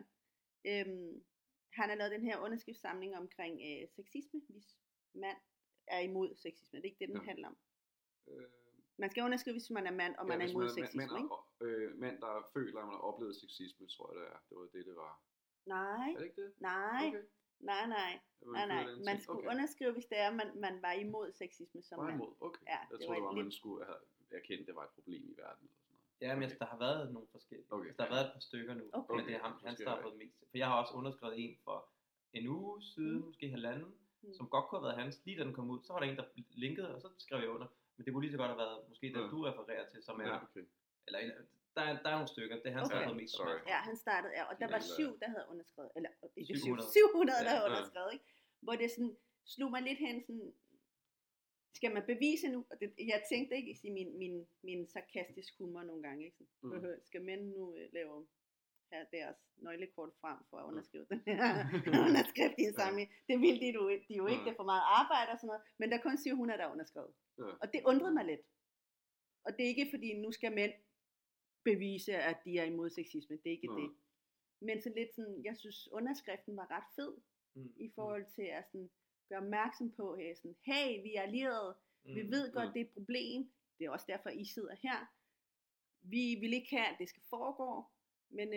Han har lavet den her underskriftssamling omkring sexisme, hvis mand er imod sexisme. Det er ikke det, den handler om. Man skal underskrive, hvis man er mand, og man er imod sexisme, ikke? Mand, der føler, at man har oplevet sexisme, tror jeg, det var det var. Nej. Er det ikke det? Nej. Okay. Nej. Man skulle underskrive, hvis det er, man var imod sexisme som mand. Imod, okay. Ja, jeg tror, det var, man skulle have erkendt, at det var et problem i verden. Ja, men der har været nogle forskellige. Okay. Der har været et par stykker nu, men det er han, der har fået mest. For jeg har også underskrevet en for en uge siden, måske halvanden, som godt kunne have været hans. Lige da den kom ud, så var der en, der linkede, og så skrev jeg under. Men det kunne lige så godt have været, måske den du refererer til, som er, eller der er nogle stykker, det er han, der har fået mest. Ja, han startede, og der var 7, der havde underskrevet, eller ikke 700, der havde underskrevet, ikke? Hvor det sådan, slog mig lidt hen, sådan, skal man bevise nu? Og det, jeg tænkte ikke i min sarkastisk humor nogle gange, ikke? Sådan, skal mænd nu lave her deres nøglekort frem for at underskrive den her underskriftsindsamling? Det ville de jo ikke, det er for meget arbejde og sådan noget, men der er kun 700, der er underskrevet. Og det undrede mig lidt. Og det er ikke fordi, nu skal mænd bevise, at de er imod sexisme, det er ikke det. Men så lidt sådan, jeg synes underskriften var ret fed, i forhold til at sådan, gøre opmærksom på, sådan, hey, vi er allierede, vi ved godt, det er et problem, det er også derfor, I sidder her. Vi vil ikke have, at det skal foregå, men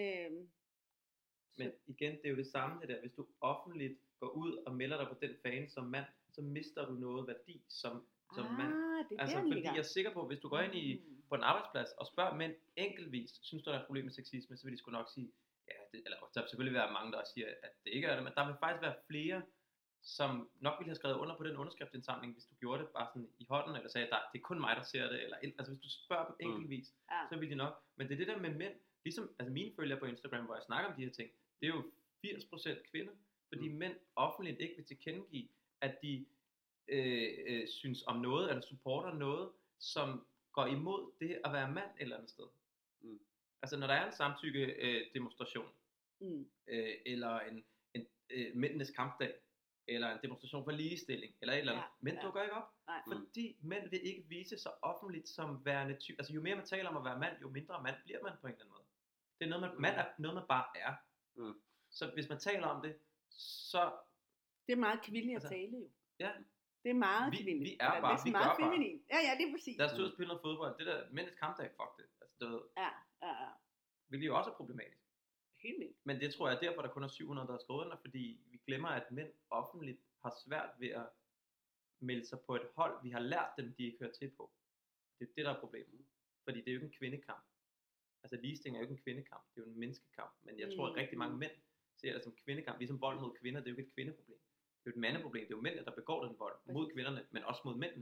igen, det er jo det samme det der, hvis du offentligt går ud og melder dig på den fane som mand, så mister du noget værdi som mand. Altså, fordi jeg er sikker på, hvis du går ind på en arbejdsplads og spørger mænd enkeltvis, synes du, der er et problem med sexisme, så vil de sgu nok sige, ja, eller der vil selvfølgelig være mange, der siger, at det ikke er det, men der vil faktisk være flere, som nok ville have skrevet under på den underskriftsindsamling, hvis du gjorde det bare sådan i hånden, eller sagde, at det er kun mig, der ser det, eller altså hvis du spørger dem enkeltvis, så vil de nok, men det er det der med mænd, ligesom altså mine følgere på Instagram, hvor jeg snakker om de her ting, det er jo 80% kvinder, fordi mænd offentligt ikke vil tilkendegive, at de synes om noget, eller supporter noget, som går imod det at være mand et eller andet sted. Altså når der er en samtykke demonstration, eller en mændenes kampdag, eller en demonstration for ligestilling, eller et eller andet. Mænd dukker ikke op, fordi mænd vil ikke vise sig offentligt som værende type. Altså jo mere man taler om at være mand, jo mindre mand bliver man på en eller anden måde. Det er noget, mand er noget, man bare er. Så hvis man taler om det, så... Det er meget kvindeligt at tale jo. Ja. Det er meget kvindeligt. Vi er bare, det er meget feminin. Ja, det er præcis. Lad os ud og spille noget fodbold. Det der mændenes kampdag, fuck det. Altså, det vil jo også er problematisk. Helt vildt. Men det tror jeg er derfor, der kun er 700, der har skrevet under, fordi vi glemmer, at mænd offentligt har svært ved at melde sig på et hold, vi har lært dem, de ikke hører til på. Det er det, der er problemet. Fordi det er jo ikke en kvindekamp. Altså ligestilling er jo ikke en kvindekamp, det er jo en menneskekamp, men jeg tror, at rigtig mange mænd ser det som kvindekamp, ligesom vold mod kvinder, det er jo ikke et kvindeproblem. Det er jo et mandeproblem, det er jo mændene, der begår den vold mod kvinderne, men også mod mændene.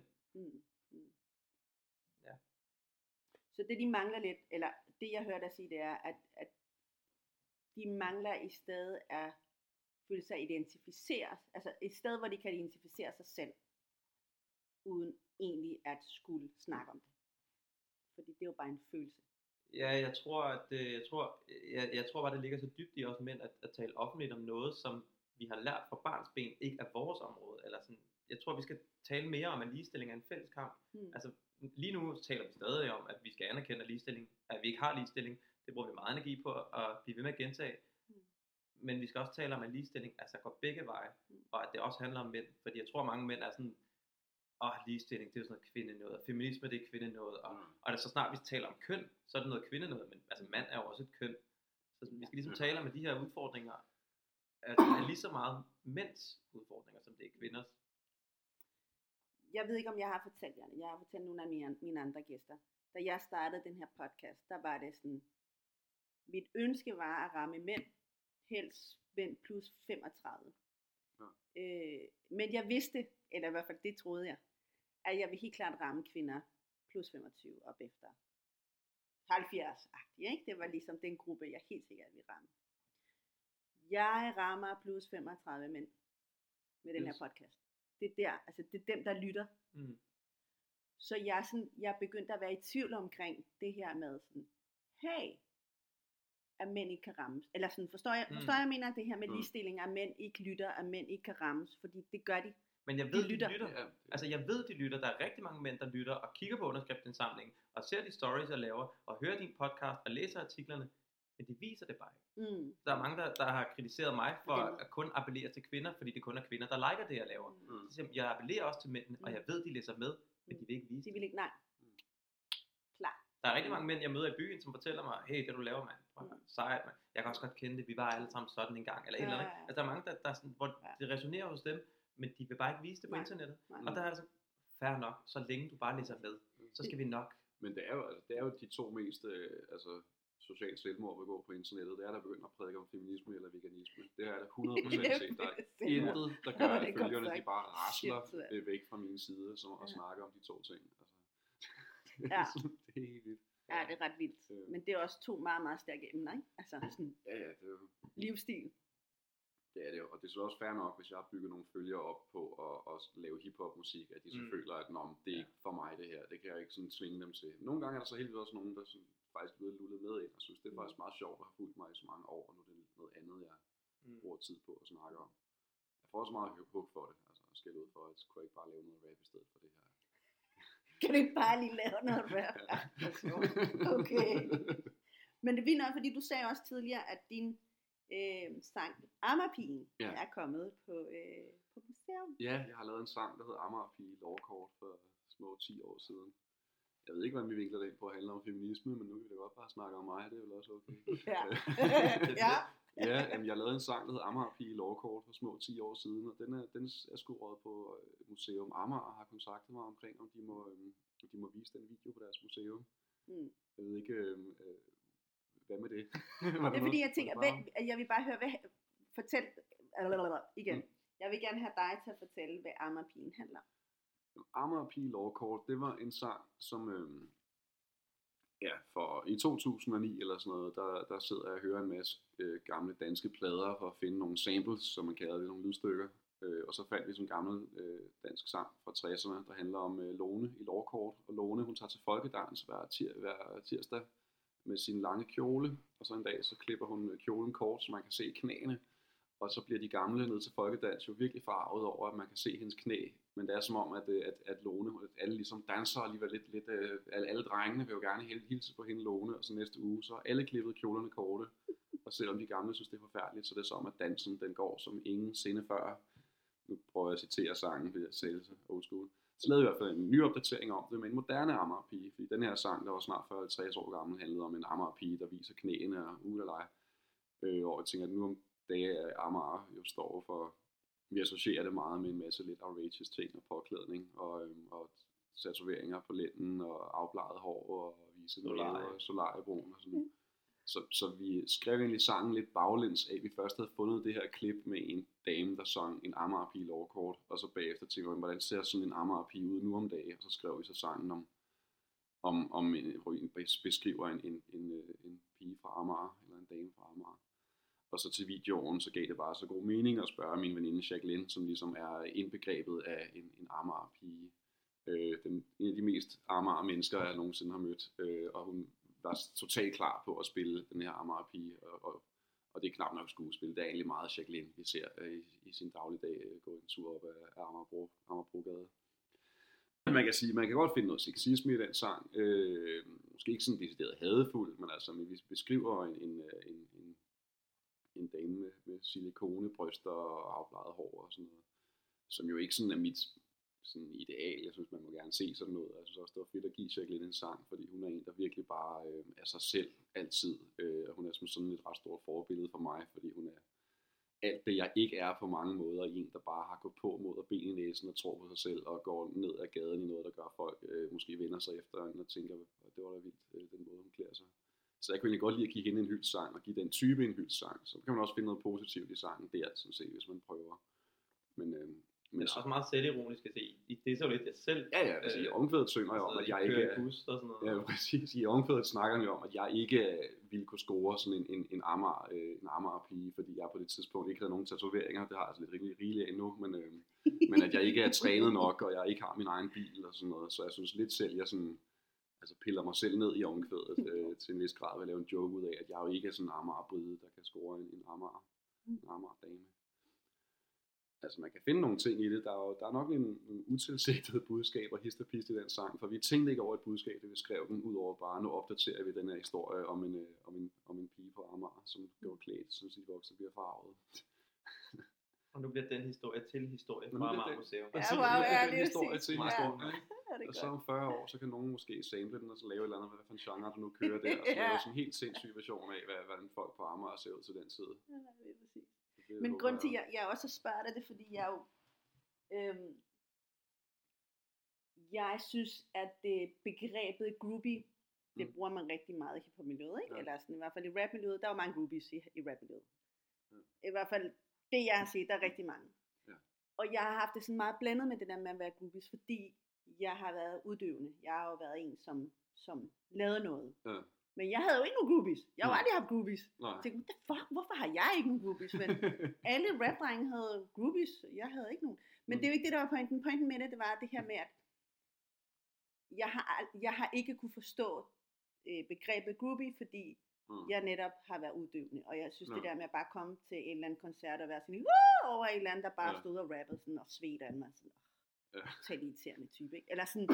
Ja. Så det de mangler lidt, eller det jeg hørte dig sige, det er, at de mangler i stedet at føle sig identificeret, altså et sted, hvor de kan identificere sig selv, uden egentlig at skulle snakke om det. Fordi det er jo bare en følelse. Ja, jeg tror bare, det ligger så dybt i os mænd, at tale offentligt om noget, som vi har lært fra barnsben, ikke er vores område. Eller sådan. Jeg tror, vi skal tale mere om, at ligestilling er en fælles kamp. Altså, lige nu taler vi stadig om, at vi skal anerkende ligestilling, at vi ikke har ligestilling. Det bruger vi meget energi på at blive ved med at gentage. Men vi skal også tale om, at ligestilling altså går begge veje, og at det også handler om mænd. Fordi jeg tror, mange mænd er sådan, ligestilling, det er jo sådan noget kvinde noget, og feminisme, det er kvinde noget, og det, så snart vi taler om køn, så er det noget kvinde noget, men altså mand er jo også et køn. Så vi skal ligesom tale om, at de her udfordringer er lige så meget mænds udfordringer, som det er kvinders. Jeg ved ikke, om jeg har fortalt jer det. Jeg har fortalt nogle af mine andre gæster. Da jeg startede den her podcast, der var det sådan, mit ønske var at ramme mænd, helst mænd plus 35. Men jeg vidste, eller i hvert fald det troede jeg, at jeg vil helt klart ramme kvinder plus 25 op efter 70-agtigt, ikke? Det var ligesom den gruppe, jeg helt sikkert ville ramme. Jeg rammer plus 35 mænd med den her podcast. Det er der, altså det er dem, der lytter. Så jeg begyndte at være i tvivl omkring det her med sådan, hey, at mænd ikke kan rammes. Eller sådan, forstår jeg mener det her med ligestilling, at mænd ikke lytter, at mænd ikke kan rammes, fordi det gør de. Men jeg ved, de lytter. Ja. Altså jeg ved, de lytter. Der er rigtig mange mænd, der lytter og kigger på underskriftsindsamlingen, og ser de stories, jeg laver, og hører din podcast og læser artiklerne, men de viser det bare ikke. Der er mange, der har kritiseret mig for at kun appellere til kvinder, fordi det kun er kvinder, der liker det, jeg laver. Så jeg appellerer også til mændene, og jeg ved, de læser med, men de vil ikke vise det. De vil ikke, nej. Klar. Der er rigtig mange mænd, jeg møder i byen, som fortæller mig, hey, det du laver, mand, sejt, mand. Jeg kan også godt kende det, vi var alle sammen sådan en gang, eller et eller andet. Altså der er mange, der sådan, hvor det resonerer hos dem, men de vil bare ikke vise det på internettet. Og der er altså fair nok, så længe du bare læser med, så skal vi nok. Men det er jo de to mest socialt selvmord vil gå på internettet. Det er der begynder at prædike om feminisme eller veganisme. Det er der 100% set. Der er intet, der gør, at følgerne de bare rasler væk fra min side og snakker om de to ting. Altså, det er helt vildt. Ja, det er ret vildt. Men det er også to meget, meget stærke emner, ikke? Altså sådan det er jo livsstil. Det er det jo, og det er så også fair nok, hvis jeg har bygget nogle følgere op på at lave hiphop musik, at de så føler, at det er ikke for mig det her, det kan jeg ikke sådan tvinge dem til. Nogle gange er der så heldigvis også nogen, der sådan, faktisk bliver lullet med ind, og synes, det er faktisk meget sjovt at have fulgt mig i så mange år, og nu er det noget andet, jeg bruger tid på at snakke om. Jeg får også meget hug for det, altså skæld ud for, at jeg kunne ikke bare lave noget rap i stedet for det her. Kan du ikke bare lige lave noget rap? Okay. Men det er vildt nok, fordi du sagde også tidligere, at din sang Amagerpigen er kommet på museum. Ja, jeg har lavet en sang, der hedder Amagerpige Lovkort for små 10 år siden. Jeg ved ikke, hvordan vi vinkler det ind på at handle om feminisme, men nu kan vi da godt bare snakke om mig, det er vel også okay. Jeg lavede en sang, der hedder Amagerpige Lovkort for små 10 år siden, og den er sgu råd på Museum Amager og har kontaktet mig omkring, om de må vise den video på deres museum. Jeg ved ikke, hvad med det? Det er fordi, jeg tænker, jeg vil bare høre, fortæl igen. Jeg vil gerne have dig til at fortælle, hvad Amagerpigen handler om. Amagerpige Lovkort, det var en sang, som i 2009 eller sådan noget, der sidder jeg og hører en masse gamle danske plader for at finde nogle samples, som man kalder det, nogle lydstykker. Og så fandt vi sådan en gammel dansk sang fra 60'erne, der handler om Lone i Lovkort. Og Lone, hun tager til folkedans hver tirsdag med sin lange kjole, og så en dag så klipper hun kjolen kort, så man kan se knæene. Og så bliver de gamle ned til folkedans jo virkelig farvet over, at man kan se hendes knæ. Men det er som om, at Lone, at alle ligesom danser alligevel lidt alle drengene vil jo gerne hilse på hende Lone, og så næste uge, så er alle klippet kjolerne korte. Og selvom de gamle synes, det er forfærdeligt, så det er som, at dansen den går som ingen sinde før. Nu prøver jeg at citere sangen, fordi jeg sælger sig old school. Så lavede jeg i hvert fald en ny opdatering om det med en moderne Amagerpige, fordi den her sang, der var snart 40-50 år gammel, handlede om en Amagerpige, der viser knæene og ulalej. Og jeg tænker, at nu om dagen Amager jo står for, vi associerer det meget med en masse lidt outrageous ting og påklædning og tatoveringer på lænden og afbladet hår og vise noget og solariebrun og sådan. Så vi skrev egentlig sangen lidt baglæns af, vi først havde fundet det her klip med en dame, der sang en Amager-pige lovkort, og så bagefter tænkte vi, hvordan ser sådan en Amager-pige ud nu om dagen, og så skrev vi så sangen hvor vi beskriver en pige fra Amager, eller en dame fra Amager. Og så til videoen, så gav det bare så god mening at spørge min veninde Jacqueline, som ligesom er indbegrebet af en Amager-pige. En af de mest Amager mennesker, jeg nogensinde har mødt, og hun var totalt klar på at spille den her Amager-pige, og det er knap nok skuespil. Det er egentlig meget Jacqueline, vi ser i sin dagligdag gå en tur op af Amagerbrogade. Man kan sige, man kan godt finde noget sexisme i den sang. Måske ikke sådan decideret hadefuld, men altså, vi beskriver en dame med silikonebryster og afbladet hår og sådan noget, som jo ikke sådan er mit sådan ideal. Jeg synes, man må gerne se sådan noget. Jeg synes også, det var fedt at give Jacqueline en sang, fordi hun er en, der virkelig bare er sig selv altid. Hun er som sådan et ret stort forbillede for mig, fordi hun er alt det, jeg ikke er på mange måder. En, der bare har gået på mod at ben i næsen og tror på sig selv og går ned ad gaden i noget, der gør folk måske vender sig efter hende og tænker, det var da vildt, den måde, hun klæder sig. Så jeg kunne egentlig godt lide at give hende en hyldesang og give den type en hyldesang. Så kan man også finde noget positivt i sangen der, sådan set, hvis man prøver. Men det er også meget selvironisk at se. Det er så lidt jeg selv. Ja, altså i omkvædet synger jeg om, at jeg ikke er... Bus og sådan noget. Ja, præcis. I omkvædet snakker jeg om, at jeg ikke ville kunne score sådan en Amager-pige, fordi jeg på det tidspunkt ikke havde nogen tatoveringer. Det har jeg altså lidt rigeligt af endnu, men at jeg ikke er trænet nok, og jeg ikke har min egen bil og sådan noget. Så jeg synes lidt selv, jeg sådan... Altså piller mig selv ned i omkvædet til en vis grad ved at lave en joke ud af, at jeg jo ikke er sådan en Amager-bride, der kan score en Amager-dame. Altså man kan finde nogle ting i det. Der er nok en utilsigtet budskab og histopist i den sang, for vi tænkte ikke over et budskab, det vi skrev den, udover bare nu opdaterer vi den her historie om en pige på Amager, som går klædt, som sit voksne bliver farvet. Og nu bliver den historie til historie fra Amager Museum. Ja, wow, ja, det er historie til historie. Ja, og så om 40 år, så kan nogen måske sample den, og så lave et eller andet, hvad for en genre, der nu kører der, og så lave sådan en helt sindssyg version af, hvordan folk på Amager ser ud til den tid. Ja, det er præcis. Men grund til, at jeg også spørger dig, det er, fordi jeg jo, jeg synes, at det begrebet groupie, det bruger man rigtig meget i hiphop-miljøet, ikke? Ja. Eller sådan, i hvert fald i rap-miljøet, der er jo mange groupies i rap-miljøet. Ja. I hvert fald det, jeg har set, der er rigtig mange. Ja. Og jeg har haft det sådan meget blandet med det der med at være groupies, fordi jeg har været uddøvende. Jeg har jo været en, som lavede noget. Ja. Men jeg havde jo ikke nogen groupies. Jeg har aldrig haft groupies. Jeg tænkte, what the fuck? Hvorfor har jeg ikke nogen groupies? Men alle rapdrenge havde groupies. Jeg havde ikke nogen. Men det er jo ikke det, der var pointen. Pointen med det var det her med, at jeg har ikke kunne forstå begrebet groupie, fordi jeg netop har været uddøvende. Og jeg synes det der med at bare komme til en eller anden koncert og være sådan over en eller anden, der bare stod og rappede sådan, og svedte af mig. Sådan, totalitærende type, ikke? Eller sådan...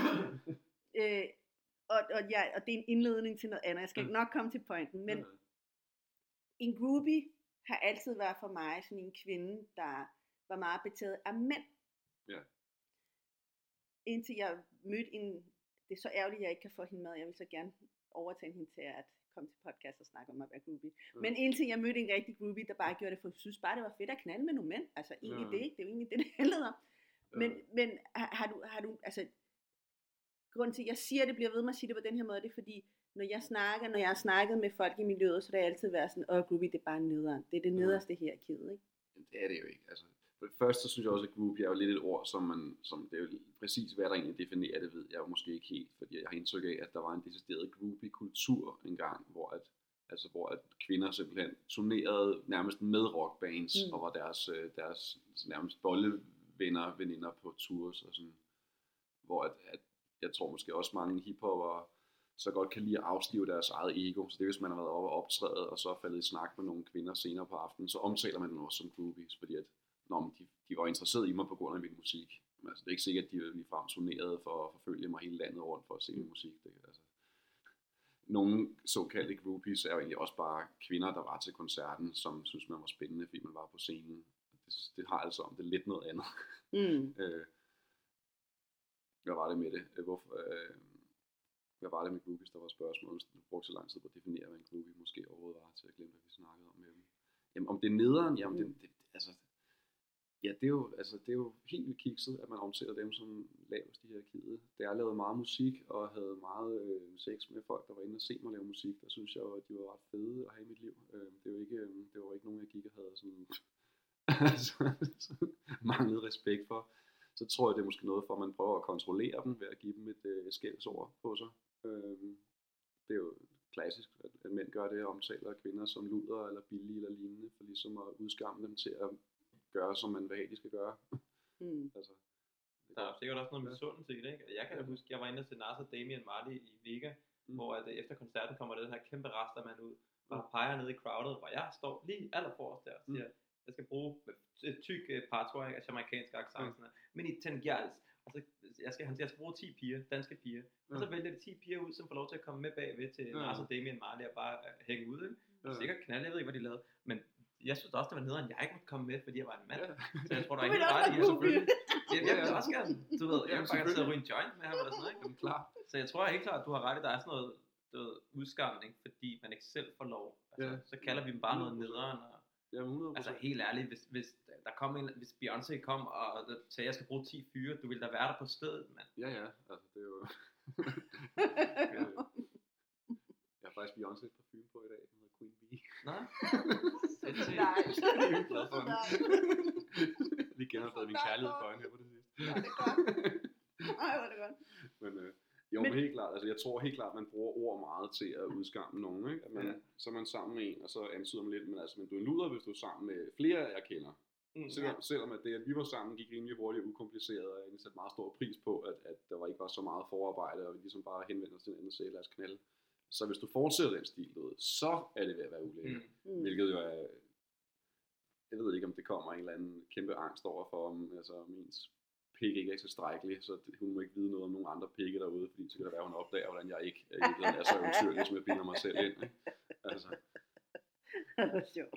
Og det er en indledning til noget andet. Jeg skal nok komme til pointen, men en groupie har altid været for mig sådan en kvinde, der var meget betaget af mænd. Ja. Indtil jeg mødte det er så ærgerligt, at jeg ikke kan få hende med. Jeg vil så gerne overtale hende til at komme til podcast og snakke om at være groupie. Men indtil jeg mødte en rigtig groupie, der bare gjorde det, for jeg synes bare, det var fedt at knalde med nogle mænd. Altså egentlig det, ikke? Det er jo egentlig det handlede om. Men har du altså... Grunden til, at jeg siger, at det bliver ved med at sige det på den her måde, det er fordi, når jeg har snakket med folk i miljøet, så har det altid været sådan, groupie, det er bare nederen. Det er det nederste her kæde, ikke? Det er det jo ikke. Altså, for det første, så synes jeg også, at groupie er jo lidt et ord, som det er jo præcis, hvad der egentlig definerer det, ved jeg jo måske ikke helt, fordi jeg har indtryk af, at der var en decideret groupie-kultur engang, hvor at kvinder simpelthen turnerede nærmest med rockbands, og var deres nærmest veninder på tours og sådan, hvor at jeg tror måske også mange hiphopere så godt kan lide at afstive deres eget ego. Så det er, hvis man har været oppe og optrædet, og så er faldet i snak med nogle kvinder senere på aftenen, så omtaler man dem også som groupies, fordi at, de var interesseret i mig på grund af min musik. Men altså, det er ikke sikkert, at de ligefrem turnerede for at forfølge mig hele landet rundt for at se min musik. Nogle såkaldte groupies er jo egentlig også bare kvinder, der var til koncerten, som synes man var spændende, fordi man var på scenen. Det har altså om det lidt noget andet. Hvad var det med det? Hvad var det med groupies, der var spørgsmålet? Du brugte så lang tid på at definere, hvad en groupie måske overhovedet var, til at glemme, hvad vi snakkede om med dem. Jamen, om det er nederen, jamen, altså, Ja, det er jo helt vildt kikset, at man omsætter dem som lavest i hierarkiet. Da jeg lavede meget musik og havde meget sex med folk, der var inde og se mig lave musik, der synes jeg, at de var ret fede at have i mit liv. Det var ikke nogen, jeg gik og havde sådan manglet respekt for. Så tror jeg, det er måske noget for, at man prøver at kontrollere dem ved at give dem et skældsord på sig. Det er jo klassisk, at mænd gør det, og omtaler kvinder som luder eller billige eller lignende, for ligesom at udskamme dem til at gøre, som man vil have, de skal gøre. Altså, der er sikkert også noget misundelse i det, ikke? Jeg kan da huske, jeg var inde og se Nas og Damian Marley i Vega, hvor at efter koncerten kommer der den her kæmpe rastermand ud, og peger ned i crowdet, hvor jeg står lige allerforrest der og siger, jeg skal bruge et tyk partøj af jamaikansk accent, men i 10 girls. Og så jeg skal bruge 10 piger, danske piger. Og så vælger de 10 piger ud, som får lov til at komme med bagved til Nas og Damian Marley og bare hænge ud, ikke? Sikkert knald, jeg ved ikke, hvad de lavede. Men jeg synes også, det var nederen, jeg ikke måtte komme med, fordi jeg var en mand. Så jeg tror, der er helt ret i det, selvfølgelig. Jeg vil også gerne, du ved, jeg vil bare gerne sidde og ryge en joint med ham eller sådan noget, ikke? Klar. Så jeg tror helt klart, at du har ret i, der er sådan noget, udskamning, fordi man ikke selv får lov. Altså, så kalder vi dem bare noget nederen. Altså helt ærligt, hvis Beyoncé kom og sagde, at jeg skal bruge 10 fyre, du ville da være der på stedet, mand. Ja, altså det er jo... Jeg har faktisk Beyoncé's parfume på i dag, den hedder Queen Bee. Nej. Vi genopdagede min kærlighed for hende her på det sidste. Ja, det er godt. Ej, hvor er det godt. Men helt klart, altså jeg tror helt klart, at man bruger ord meget til at udskamme nogen, ikke? At man, så er man sammen med en, og så antyder man lidt, men du er en luder, hvis du er sammen med flere, jeg kender. Selvom at det, at vi var sammen, gik rimelig hurtigt og ukompliceret, og jeg satte meget stor pris på, at der ikke var så meget forarbejde, og vi ligesom bare henvendte os til hinanden og sagde, lad os knalde. Så hvis du fortsætter den stil, så er det ved at være ulækkert. Hvilket jo er, jeg ved ikke, om det kommer en eller anden kæmpe angst over for, om ens pik ikke er tilstrækkelig, så hun må ikke vide noget om nogle andre pikke derude, fordi så kan det være, hun opdager, hvordan jeg ikke er så eventyrlig, som jeg binder mig selv ind. Ikke? Altså. Det var sjovt.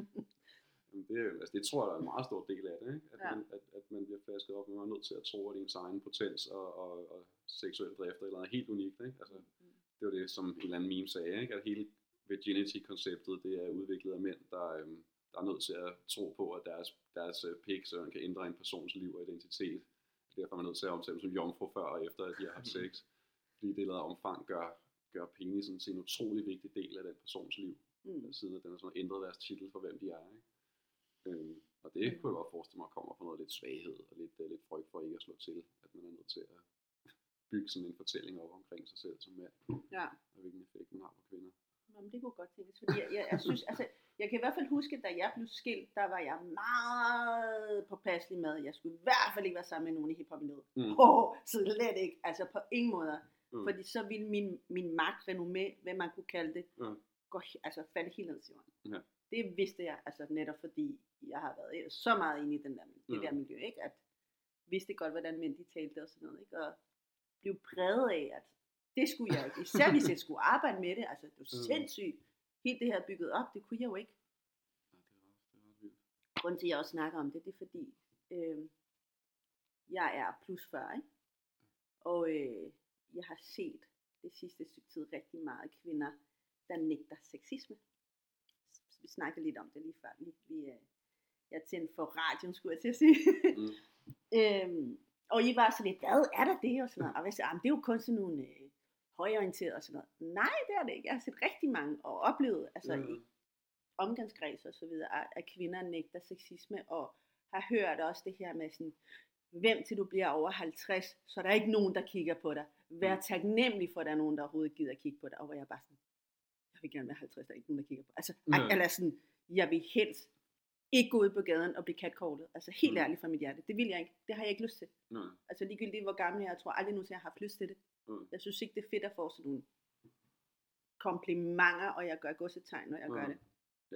Det tror jeg, der er en meget stor del af det, ikke? At man bliver flasket op, og man er nødt til at tro, at ens egen potens og seksuelle drifter eller noget helt unikt. Ikke? Altså, det var det, som en eller anden meme sagde, ikke? At hele virginity-konceptet, det er udviklet af mænd, der er nødt til at tro på, at deres pik så kan ændre en persons liv og identitet. Derfor er man nødt til at omtale dem som jomfru før og efter, at de har haft sex. Fordi det eller omfang gør penisen til en utrolig vigtig del af den persons liv. Siden at den har sådan ændret deres titel for, hvem de er. Ikke? Og det kunne jeg godt forestille mig kommer fra noget lidt svaghed og lidt frygt for ikke at slå til. At man er nødt til at bygge sådan en fortælling op omkring sig selv som mand. Ja. Og hvilken effekt man har på kvinder. Jamen, det kunne godt tænkes, fordi jeg synes, altså, jeg kan i hvert fald huske, da jeg blev skilt, der var jeg meget påpasselig med, jeg skulle i hvert fald ikke være sammen med nogen i hiphop-miljøet. Slet ikke, altså på ingen måder. Fordi så ville min magtrenommé, hvad man kunne kalde det, falde helt ned til jorden. Ja. Det vidste jeg, altså netop fordi jeg har været så meget inde i det der miljø, ikke? At vidste godt, hvordan mænd de talte og sådan noget, ikke? Og blev præget af, at det skulle jeg ikke. Især hvis jeg skulle arbejde med det, altså det var sindssygt. Helt det her bygget op, det kunne jeg jo ikke. Ja, det er vildt. Grunden til, at jeg også snakker om det, det er fordi, jeg er plus 40, ikke? Og jeg har set det sidste stykke tid rigtig meget kvinder, der nægter sexisme. Vi snakkede lidt om det lige før. Jeg tændte for radioen, skulle jeg til at sige. Og I var sådan lidt, hvad er der det? Og sådan noget. Og jeg sagde, det er jo kun sådan nogle højorienterede og sådan noget. Nej, det er det ikke. Jeg har set rigtig mange og oplevet, altså i omgangskreds og så videre, at kvinder nægter sexisme, og har hørt også det her med sådan, hvem til du bliver over 50, så der er ikke nogen, der kigger på dig. Vær taknemmelig for, at der er nogen, der overhovedet gider at kigge på dig. Og hvor jeg bare sådan, jeg vil gerne være 50, der er ikke nogen, der kigger på. Altså, eller sådan, jeg vil helst ikke gå ud på gaden og blive catcallet. Altså helt ærligt fra mit hjerte. Det vil jeg ikke. Det har jeg ikke lyst til. Altså ligegyldigt hvor gammel jeg tror aldrig nogensinde jeg har haft lyst til det. Jeg synes ikke det er fedt at få sådan nogle komplimenter, og jeg gør godsetegn, når jeg gør det.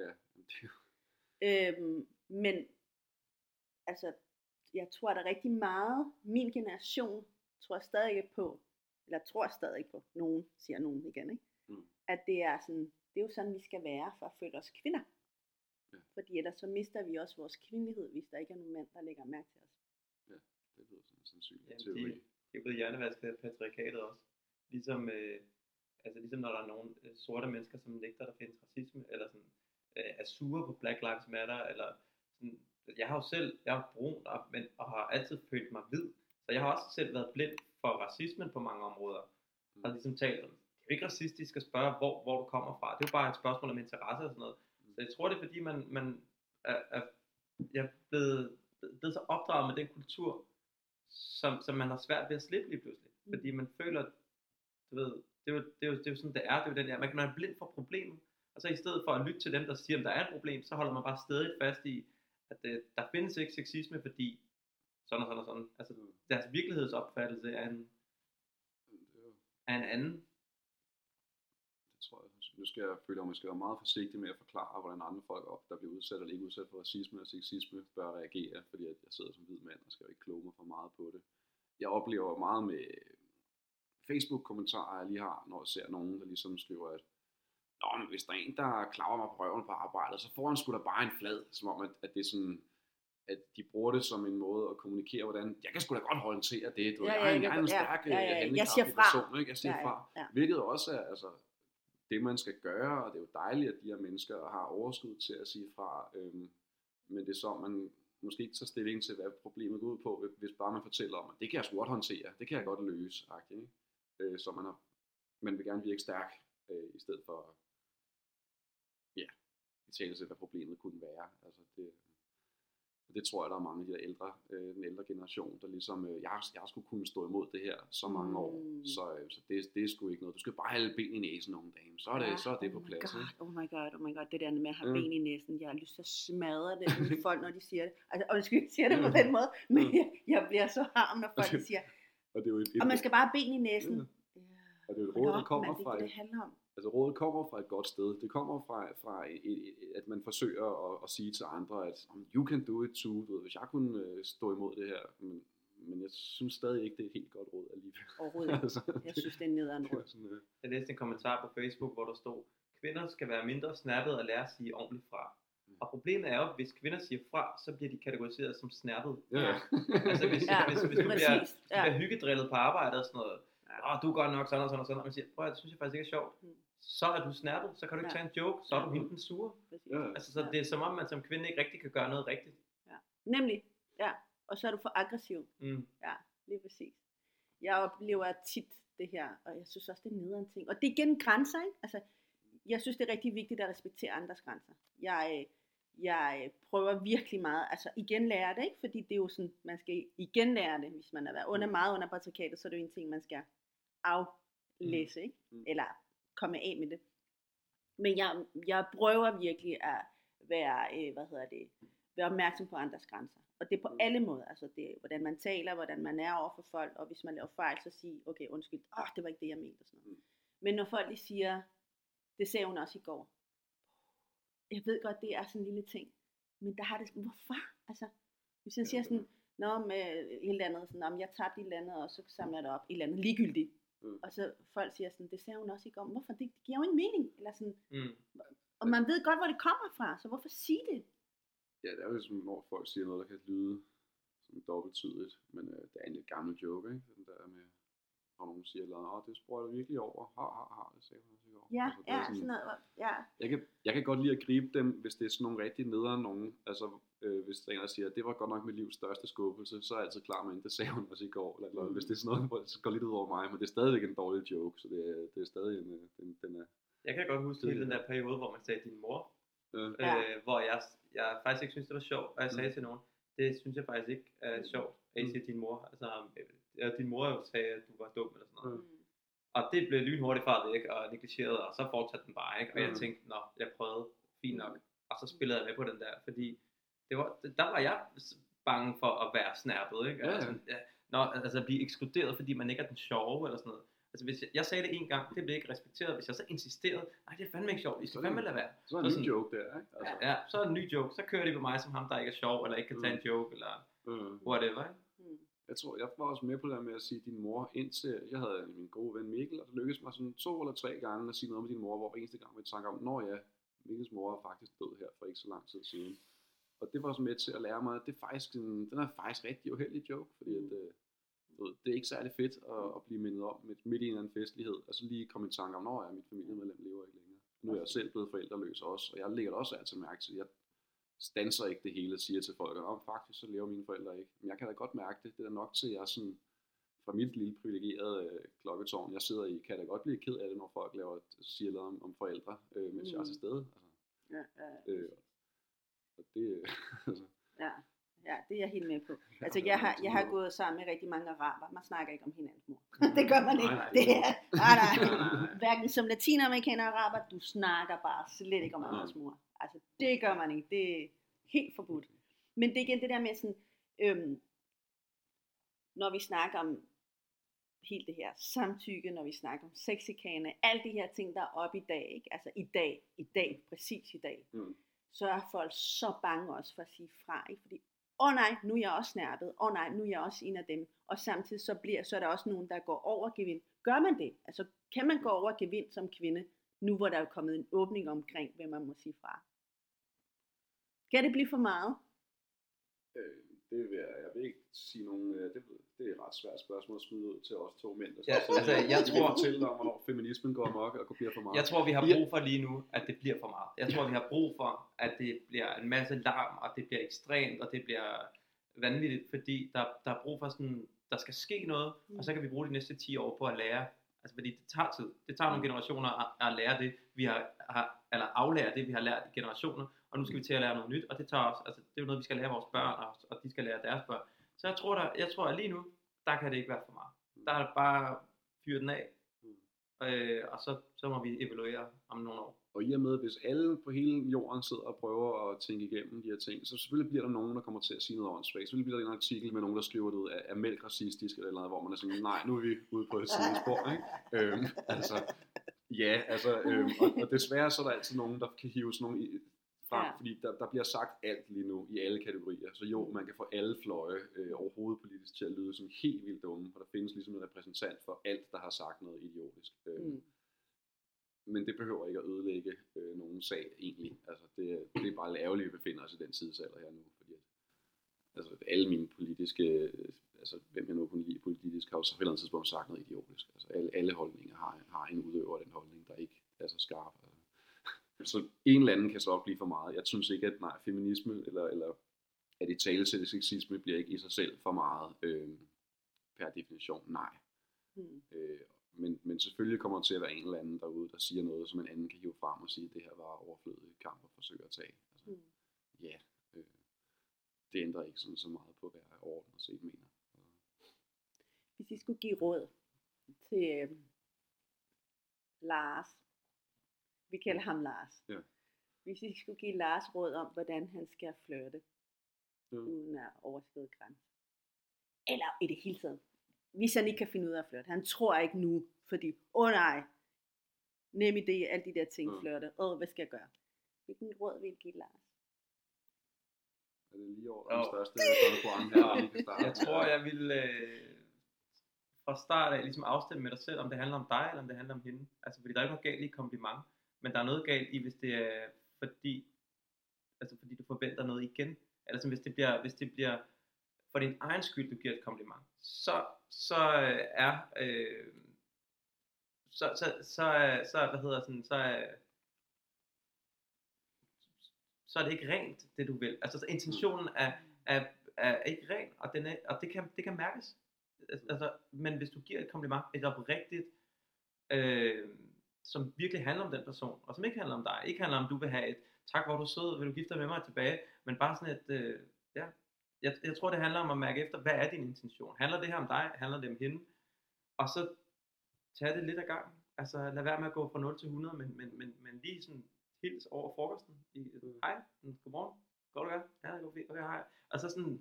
Men altså jeg tror der er rigtig meget min generation tror stadig på, nogen siger nogen igen, ikke? At det er sådan, det er jo sådan vi skal være for at føle os kvinder. Fordi ellers så mister vi også vores kvindelighed, hvis der ikke er nogen mænd, der lægger mærke til os. Ja, det lyder sådan sandsynligt teori. Det er blevet hjernevasket af patriarkatet også. Ligesom når der er nogle sorte mennesker, som nægter, der findes racisme, eller sådan, er sure på Black Lives Matter, eller sådan, Jeg er brun og har altid følt mig hvid, så jeg har også selv været blind for racismen på mange områder. Og ligesom talt om, det er jo ikke racistisk at spørge, hvor du kommer fra. Det er jo bare et spørgsmål om interesse og sådan noget. Så jeg tror, det er fordi, jeg er blevet så opdraget med den kultur, som man har svært ved at slippe lige pludselig. Fordi man føler, du ved, det er jo sådan, det er. Det er jo den der, man er blind for problemet. Og så i stedet for at lytte til dem, der siger, at der er et problem, så holder man bare stadig fast i, at der findes ikke sexisme, fordi sådan og sådan og sådan. Altså deres virkelighedsopfattelse er en anden. Det tror jeg. Nu skal jeg føle, at man skal være meget forsigtig med at forklare, hvordan andre folk, der bliver udsat eller ikke udsat for racisme og sexisme, bør reagere, fordi jeg sidder som hvid mand og skal jo ikke kloge mig for meget på det. Jeg oplever meget med Facebook-kommentarer, jeg lige har, når jeg ser nogen, der ligesom skriver, at men hvis der er en, der klager mig på røven på arbejdet, så får han sgu da bare en flad, som om at det er sådan, at de bruger det som en måde at kommunikere, hvordan, jeg kan sgu da godt håndtere det, du jeg er en stærk handicappet person, ikke? Jeg siger fra, hvilket også er, altså, det man skal gøre, og det er jo dejligt, at de her mennesker har overskud til at sige fra, men det er så, man måske ikke tager stilling til, hvad problemet går ud på, hvis bare man fortæller om, at det kan jeg sgu godt håndtere, det kan jeg godt løse, ikke? Så man vil gerne virke stærk, i stedet for i tale til, hvad problemet kunne være. Altså det tror jeg, der er mange af de der ældre, den ældre generation, der ligesom, jeg skulle kunne stå imod det her så mange år, så det er sgu ikke noget. Du skal bare have ben i næsen nogle dage, så er det på plads. Oh my god, det der med at have ben i næsen, jeg har lyst til at smadre det med folk, når de siger det. Altså, og jeg skal ikke sige det på den måde, men jeg bliver så harm, når folk siger, og man skal bare have ben i næsen. Og det er et råd, der kommer fra rådet kommer fra et godt sted. Det kommer fra at man forsøger at sige til andre, at you can do it too. Du ved, hvis jeg kunne stå imod det her, men jeg synes stadig ikke, det er et helt godt råd alligevel. Overhovedet ikke. Jeg synes, det er nederen råd. Jeg læste en kommentar på Facebook, hvor der stod, kvinder skal være mindre snappet og lære at sige ordentligt fra. Og problemet er jo, at hvis kvinder siger fra, så bliver de kategoriseret som snappet. Altså hvis du bliver hyggedrillet på arbejde og sådan noget, du er godt nok sådan og sådan og sådan, og man siger, det synes jeg faktisk ikke er sjovt. Så er du snappet, så kan du ikke tage en joke, så er du hende den sure. Altså, så det er som om, man som kvinde ikke rigtig kan gøre noget rigtigt. Nemlig, og så er du for aggressiv. Ja, lige præcis. Jeg oplever tit det her, og jeg synes også, det er nederen ting. Og det er igen grænser, ikke? Altså, jeg synes, det er rigtig vigtigt at respektere andres grænser. Jeg prøver virkelig meget, altså igen lære det, ikke? Fordi det er jo sådan, man skal igen lære det, hvis man er været meget under patriarkatet, så er det jo en ting, man skal aflæse, ikke? Eller komme af med det. Men jeg prøver virkelig at være opmærksom på andres grænser. Og det er på alle måder, altså det er, hvordan man taler, hvordan man er over for folk, og hvis man laver fejl, så sige, okay, undskyld, det var ikke det, jeg mente, og sådan noget. Men når folk lige siger, det sagde hun også i går, jeg ved godt, det er sådan en lille ting, men der har det sådan, hvorfor? Altså, hvis jeg siger sådan, med et eller andet, sådan, jeg tabte et eller andet, og så samler jeg det op, et eller andet ligegyldigt. Og så folk siger sådan, det sagde hun også i går, hvorfor? Det giver jo ingen mening. Eller sådan, og man ved godt, hvor det kommer fra, så hvorfor sige det? Ja, det er jo som når folk siger noget, der kan lyde som dobbelttydigt, men det er en lidt gammel joke, ikke? Den der med, når nogen siger, det sprøjter jeg virkelig over, det sagde hun også i går. Ja, altså, sådan noget, Jeg kan godt lide at gribe dem, hvis det er sådan nogle rigtig nederen nogen, altså hvis der er en, der siger, det var godt nok mit livs største skuffelse, så er jeg altid klar med, det sagde hun også i går, eller hvis det er sådan noget, hvor det går lidt ud over mig, men det er stadigvæk en dårlig joke, så det er stadig den er... Jeg kan godt huske hele den der periode, hvor man sagde din mor, hvor jeg faktisk ikke synes, det var sjovt, og jeg sagde til nogen, det synes jeg faktisk ikke er sjovt, at I siger din mor, altså din mor jo sagde, at du var dum eller sådan noget. Og det blev lynhurtigt faret væk og negligeret, og så fortsatte den bare, ikke? Og jeg tænkte, jeg prøvede, fint nok. Og så spillede jeg med på den der, fordi der var jeg bange for at være snappet, ikke? Altså blive ekskluderet, fordi man ikke er den sjove eller sådan noget. Altså hvis jeg sagde det en gang, det blev ikke respekteret. Hvis jeg så insisterede, nej, det er fandme ikke sjovt, I skal fandme lade være. Så er en ny joke der, ikke? Altså. Ja, så er en ny joke. Så kører de på mig som ham, der ikke er sjov, eller ikke kan tage en joke, eller whatever, ikke? Jeg tror, jeg var også med på det der med at sige din mor, indtil jeg havde min gode ven Mikkel, og det lykkedes mig sådan 2 eller 3 gange at sige noget med din mor, hvor hver eneste gang vi tænker om, Mikkels mor er faktisk død her for ikke så lang tid siden. Og det var også med til at lære mig, at det er faktisk den er faktisk rigtig uheldig joke, fordi at, det er ikke særlig fedt at blive mindet om midt i en eller anden festlighed, og så lige komme i tanke om, mit familiemedlem lever ikke længere. Nu er jeg selv blevet forældreløs også, og jeg lægger det også altid mærke til, standser ikke det hele og siger til folk, at faktisk så lever mine forældre ikke. Men jeg kan da godt mærke det. Det er da nok til, at jeg sådan, fra mit lille privilegerede klokketårn, jeg sidder i, kan da godt blive ked af det, når folk siger noget om forældre, mens jeg er til stede. Altså. Og det, altså. Ja, det er jeg helt med på. Altså, jeg har gået sammen med rigtig mange araber. Man snakker ikke om hinandens mor. Det gør man ikke. Det er, nej. Hverken som latinamerikaner og araber, du snakker bare slet ikke om andres mor. Altså, det gør man ikke. Det er helt forbudt. Men det er igen det der med sådan, når vi snakker om helt det her samtykke, når vi snakker om sexikane, alle de her ting, der er oppe i dag, ikke? Altså i dag, præcis i dag, så er folk så bange også for at sige fra, ikke? Fordi, nej, nu er jeg også snærpet, nej, nu er jeg også en af dem, og samtidig så er der også nogen, der går over gevind. Gør man det? Altså, kan man gå over gevind som kvinde, nu hvor der er kommet en åbning omkring, hvad man må sige fra? Kan det blive for meget? Jeg vil ikke sige nogen, det er et ret svært spørgsmål at smide ud til os to mænd. Jeg tror fortælle om, hvornår feminismen går amok og bliver for meget. Jeg tror, vi har brug for lige nu, at det bliver for meget. Jeg tror, vi har brug for, at det bliver en masse larm, og det bliver ekstremt, og det bliver vanvittigt, fordi der er brug for sådan, der skal ske noget, og så kan vi bruge de næste 10 år på at lære. Altså, fordi det tager tid. Det tager nogle generationer at lære det, vi eller aflære det, vi har lært i generationer, og nu skal vi til at lære noget nyt, og det tager også, altså, det er jo noget, vi skal lære vores børn, og de skal lære deres børn. Så jeg tror, at lige nu, der kan det ikke være for meget. Der er det bare fyre den af, og så må vi evaluere om nogle år. Og i og med, hvis alle på hele jorden sidder og prøver at tænke igennem de her ting, så selvfølgelig bliver der nogen, der kommer til at sige noget åndssvagt. Selvfølgelig bliver der en artikel med nogen, der skriver det ud af mælk racistisk eller noget, hvor man er sådan, nej, nu er vi ude på et sidespor, ikke? Og desværre så er der altid nogen, der kan hive sådan nogle frem, fordi der bliver sagt alt lige nu i alle kategorier. Så jo, man kan få alle fløje overhovedet politisk til at lyde sådan helt vildt dumme, for der findes ligesom en repræsentant for alt, der har sagt noget idiotisk. Men det behøver ikke at ødelægge nogen sag egentlig. Altså det er bare ærgerligt, at vi befinder os i den tidsalder her nu, fordi alle mine politiske, hvem jeg nu kunne lide politisk, har jo så på et eller andet tidspunkt sagt noget idiotisk. Altså alle holdninger har en udøver den holdning, der ikke er så skarp. Så en eller anden kan så også blive for meget. Jeg synes ikke, at feminisme eller at det tale til sexisme bliver ikke i sig selv for meget per definition. Nej. Men selvfølgelig kommer der til at være en eller anden derude, der siger noget, som en anden kan hive frem og sige, at det her var overflødig kamp og forsøge at tage. Det ændrer ikke sådan så meget på, hvad jeg overordnet set mener. Hvis I skulle give råd til Lars, vi kalder ham Lars. Ja. Hvis I skulle give Lars råd om, hvordan han skal flirte, uden at overskride grænsen. Eller i det hele taget. Hvis han ikke kan finde ud af at flirte. Han tror ikke nu, fordi, nej, nem idé, alle de der ting flirte. Hvad skal jeg gøre? Hvilken råd vil I give Lars? Er det lige over den største konkurrence her? Jeg tror, jeg vil fra start af ligesom afstemme med dig selv, om det handler om dig, eller om det handler om hende. Altså, fordi der er ikke noget galt i kompliment. Men der er noget galt i, hvis det er fordi du forventer noget igen. Eller som hvis det bliver for din egen skyld, du giver et kompliment. Så er det ikke rent, det du vil. Altså, så intentionen er ikke ren, og det kan mærkes. Altså, men hvis du giver et kompliment, et oprigtigt, som virkelig handler om den person, og som ikke handler om dig, ikke handler om, du vil have et tak, hvor du er sød, vil du gifte dig med mig tilbage, men bare sådan et, jeg tror, det handler om at mærke efter, hvad er din intention? Handler det her om dig? Handler det om hende? Og så tage det lidt ad gangen. Altså, lad være med at gå fra 0 til 100, men lige sådan hils over frokosten. Hej, godmorgen, går det godt? Ja, det går fint, okay, hej. Altså sådan,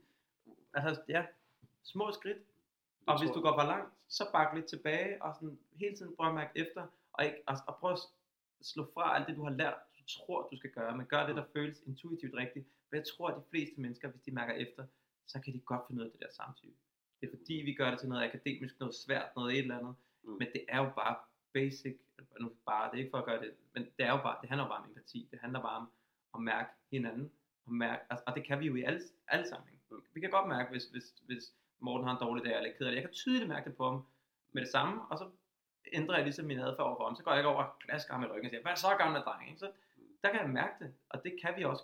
små skridt. Og hvis du går for langt, så bak lidt tilbage, og sådan hele tiden prøv at mærke efter, og prøv at slå fra alt det, du har lært, du tror, du skal gøre, men gør det, der føles intuitivt rigtigt. For jeg tror, at de fleste mennesker, hvis de mærker efter, så kan de godt finde ud af det der samtykke. Det er fordi, vi gør det til noget akademisk, noget svært, noget et eller andet, men det er jo bare basic, det er ikke for at gøre det, men det handler jo bare om empati, det handler bare om at mærke hinanden, og det kan vi jo i alle sammenhæng. Vi kan godt mærke, hvis Morten har en dårlig dag, eller ked af det. Jeg kan tydeligt mærke det på ham med det samme, og så ændrer jeg ligesom min adfærd overfor ham. Så går jeg ikke over og klasker ham i ryggen og siger, hvad er så gammel af dreng? Så der kan jeg mærke det, og det kan vi også godt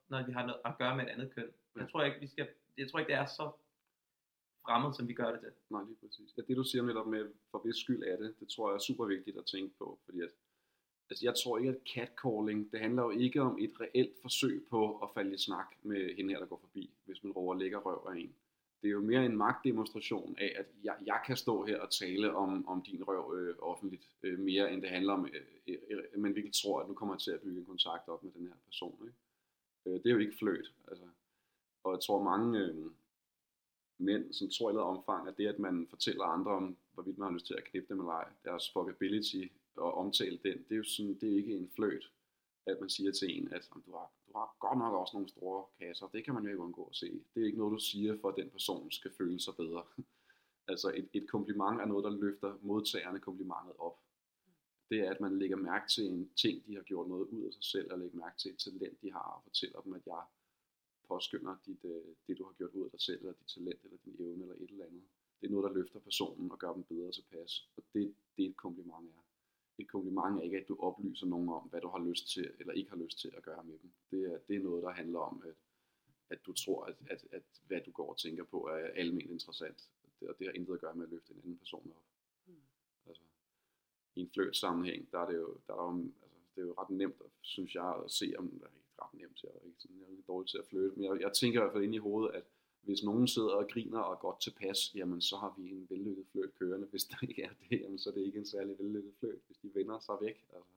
når vi har noget at gøre med et andet køn. Jeg tror ikke, det er så fremmed, som vi gør det til. Nej, lige præcis. Ja, det du siger netop med, for hvis skyld er det, det tror jeg er super vigtigt at tænke på, fordi at, altså jeg tror ikke, at catcalling, det handler jo ikke om et reelt forsøg på at falde i snak med hende her, der går forbi, hvis man råber lækker røv af en. Det er jo mere en magtdemonstration af, at jeg kan stå her og tale om din røv offentligt, mere end det handler om, at man virkelig tror, at nu kommer jeg til at bygge en kontakt op med den her person. Ikke? Det er jo ikke fløjt. Altså. Og jeg tror mange mænd, som tror i noget omfang, at det, at man fortæller andre om, hvorvidt man har lyst til at knippe dem eller ej, deres fuckability og omtale den, det er jo sådan, det er ikke en fløjt, at man siger til en, at du har godt nok også nogle store kasser, det kan man jo ikke undgå at se. Det er ikke noget, du siger, for at den person skal føle sig bedre. Altså et kompliment er noget, der løfter modtagerne komplimentet op. Det er, at man lægger mærke til en ting, de har gjort noget ud af sig selv, og lægger mærke til et talent, de har, og fortæller dem, at jeg påskynder det, du har gjort ud af dig selv, eller dit talent, eller din evne, eller et eller andet. Det er noget, der løfter personen og gør dem bedre tilpas. Og det et kompliment er. Et kompliment er ikke, at du oplyser nogen om, hvad du har lyst til, eller ikke har lyst til at gøre med dem. Det er noget, der handler om, at du tror, at hvad du går og tænker på, er alment interessant. Og det har intet at gøre med at løfte en anden person op. Altså, i en fløjt-sammenhæng, der er det jo, det er jo ret nemt, synes jeg, at se, om det er ikke ret nemt, jeg er ikke dårlig til at flirte, men jeg tænker i hvert fald inde i hovedet, at hvis nogen sidder og griner og er godt tilpas, jamen så har vi en vellykket fløjt kørende. Hvis der ikke er det, jamen, så er det ikke en særlig vellykket fløjt, hvis de vender sig væk. Altså.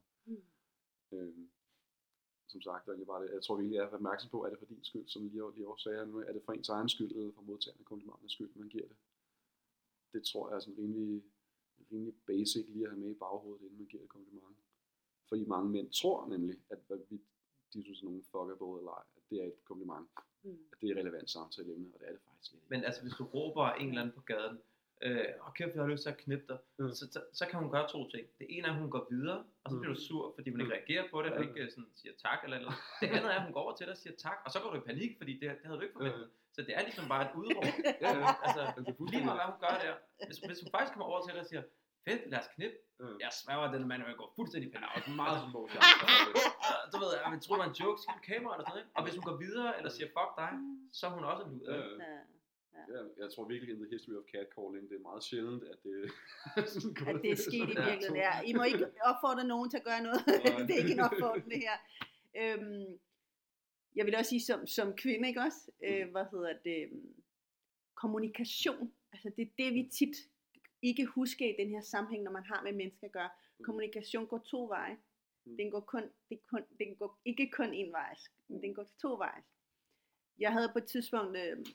Som sagt, jeg tror virkelig, jeg er opmærksom på, er det for din skyld, som lige også sagde nu, er det for ens egen skyld, eller for modtagende komplimentens skyld, man giver det. Det tror jeg er sådan rimelig basic lige at have med i baghovedet, inden man giver et kompliment. Fordi mange mænd tror nemlig, at de synes, at nogen fuckable eller ej, at det er et kompliment. At det er relevant samtaleemne, og det er det faktisk lidt. Men altså, hvis du råber en eller anden på gaden, kæft, jeg har lyst til at knippe dig, så kan hun gøre to ting. Det ene er, at hun går videre, og så bliver du sur, fordi hun ikke reagerer på det, og ikke sådan siger tak eller noget. Det andet er, at hun går over til dig og siger tak, og så går du i panik, fordi det havde du ikke forventet. Så det er ligesom bare et udråb. Altså, lige meget hvad hun gør der. Hvis hun faktisk kommer over til dig og siger, fedt, lad os knippe. Jeg sværger, at den mand vil gå fuldstændig i panik. Ja, også meget symbolisk. Du ved, jeg tror, det var en joke, skal du kamera eller sådan noget. Og hvis hun går videre, eller siger fuck dig, så er hun også en luder. Jeg tror virkelig, in the history of catcalling, det er meget sjældent, at det at det er sket i virkeligheden. Ja. I må ikke opfordre nogen til at gøre noget. Det er ikke en opfordring, det her. Jeg vil også sige, som kvinde, ikke også? Kommunikation. Altså det er det, vi tit ikke husker i den her sammenhæng, når man har med mennesker at gøre. Kommunikation går to veje. Den går ikke kun en vej, men den går to veje. Jeg havde på et tidspunkt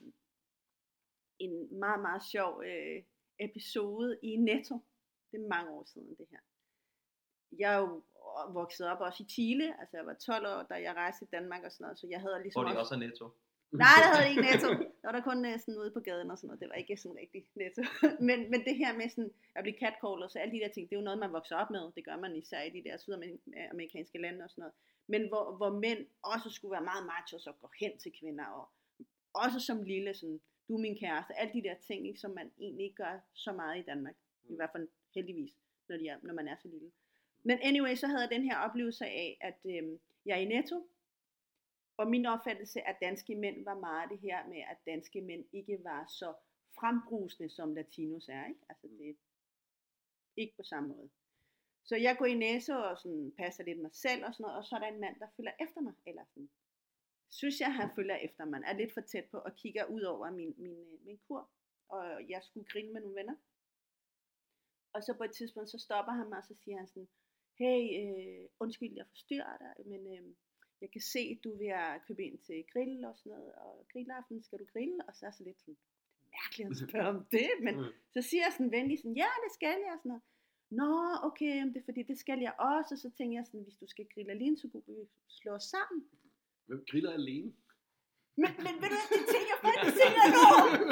en meget, meget sjov episode i Netto. Det er mange år siden det her. Jeg er jo vokset op også i Chile, altså jeg var 12 år, da jeg rejste til Danmark og sådan noget, så jeg havde ligesom Hvor det også er Netto? Nej, der havde det ikke Netto. Der var der kun sådan ude på gaden og sådan noget. Det var ikke sådan rigtig Netto. men det her med sådan at blive catcallet, så alle de der ting, det er jo noget, man vokser op med. Det gør man især i de der sydamerikanske lande og sådan noget. Men hvor mænd også skulle være meget machos og gå hen til kvinder, og også som lille, sådan, du er min kæreste, alle de der ting, ikke, som man egentlig ikke gør så meget i Danmark. I hvert fald heldigvis, når man er så lille. Men anyway, så havde jeg den her oplevelse af, at jeg er i Netto, og min opfattelse af danske mænd var meget det her med, at danske mænd ikke var så frembrusende, som latinos er. Ikke? Altså det er ikke på samme måde. Så jeg går i Netto og sådan, passer lidt mig selv og sådan noget, og så er der en mand, der følger efter mig. Eller sådan, synes jeg, han følger efter mig. Er lidt for tæt på og kigger ud over min kur. Og jeg skulle grine med nogle venner. Og så på et tidspunkt, så stopper han mig, og så siger han sådan, hey, undskyld, jeg forstyrrer dig, men jeg kan se, du vil købe ind til grill og sådan noget, og grillaften, skal du grille? Og så er så lidt sådan, mærkeligt at spørge om det, men så siger jeg sådan venlig, sådan, ja, det skal jeg, og sådan noget. Nå, okay, det er fordi, det skal jeg også, og så tænker jeg sådan, hvis du skal grille alene, så kunne vi slå os sammen. Hvem griller alene? Men ved du, det tænker jeg faktisk ikke nu!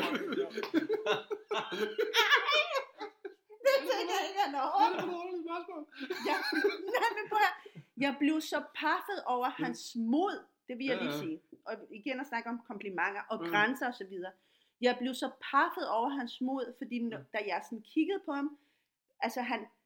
Det tænker jeg ikke nu! Jeg blev så paffet over hans mod, det vil jeg lige sige. Og igen at snakke om komplimenter og grænser og så videre. Jeg blev så paffet over hans mod, fordi da jeg sådan kiggede på ham, altså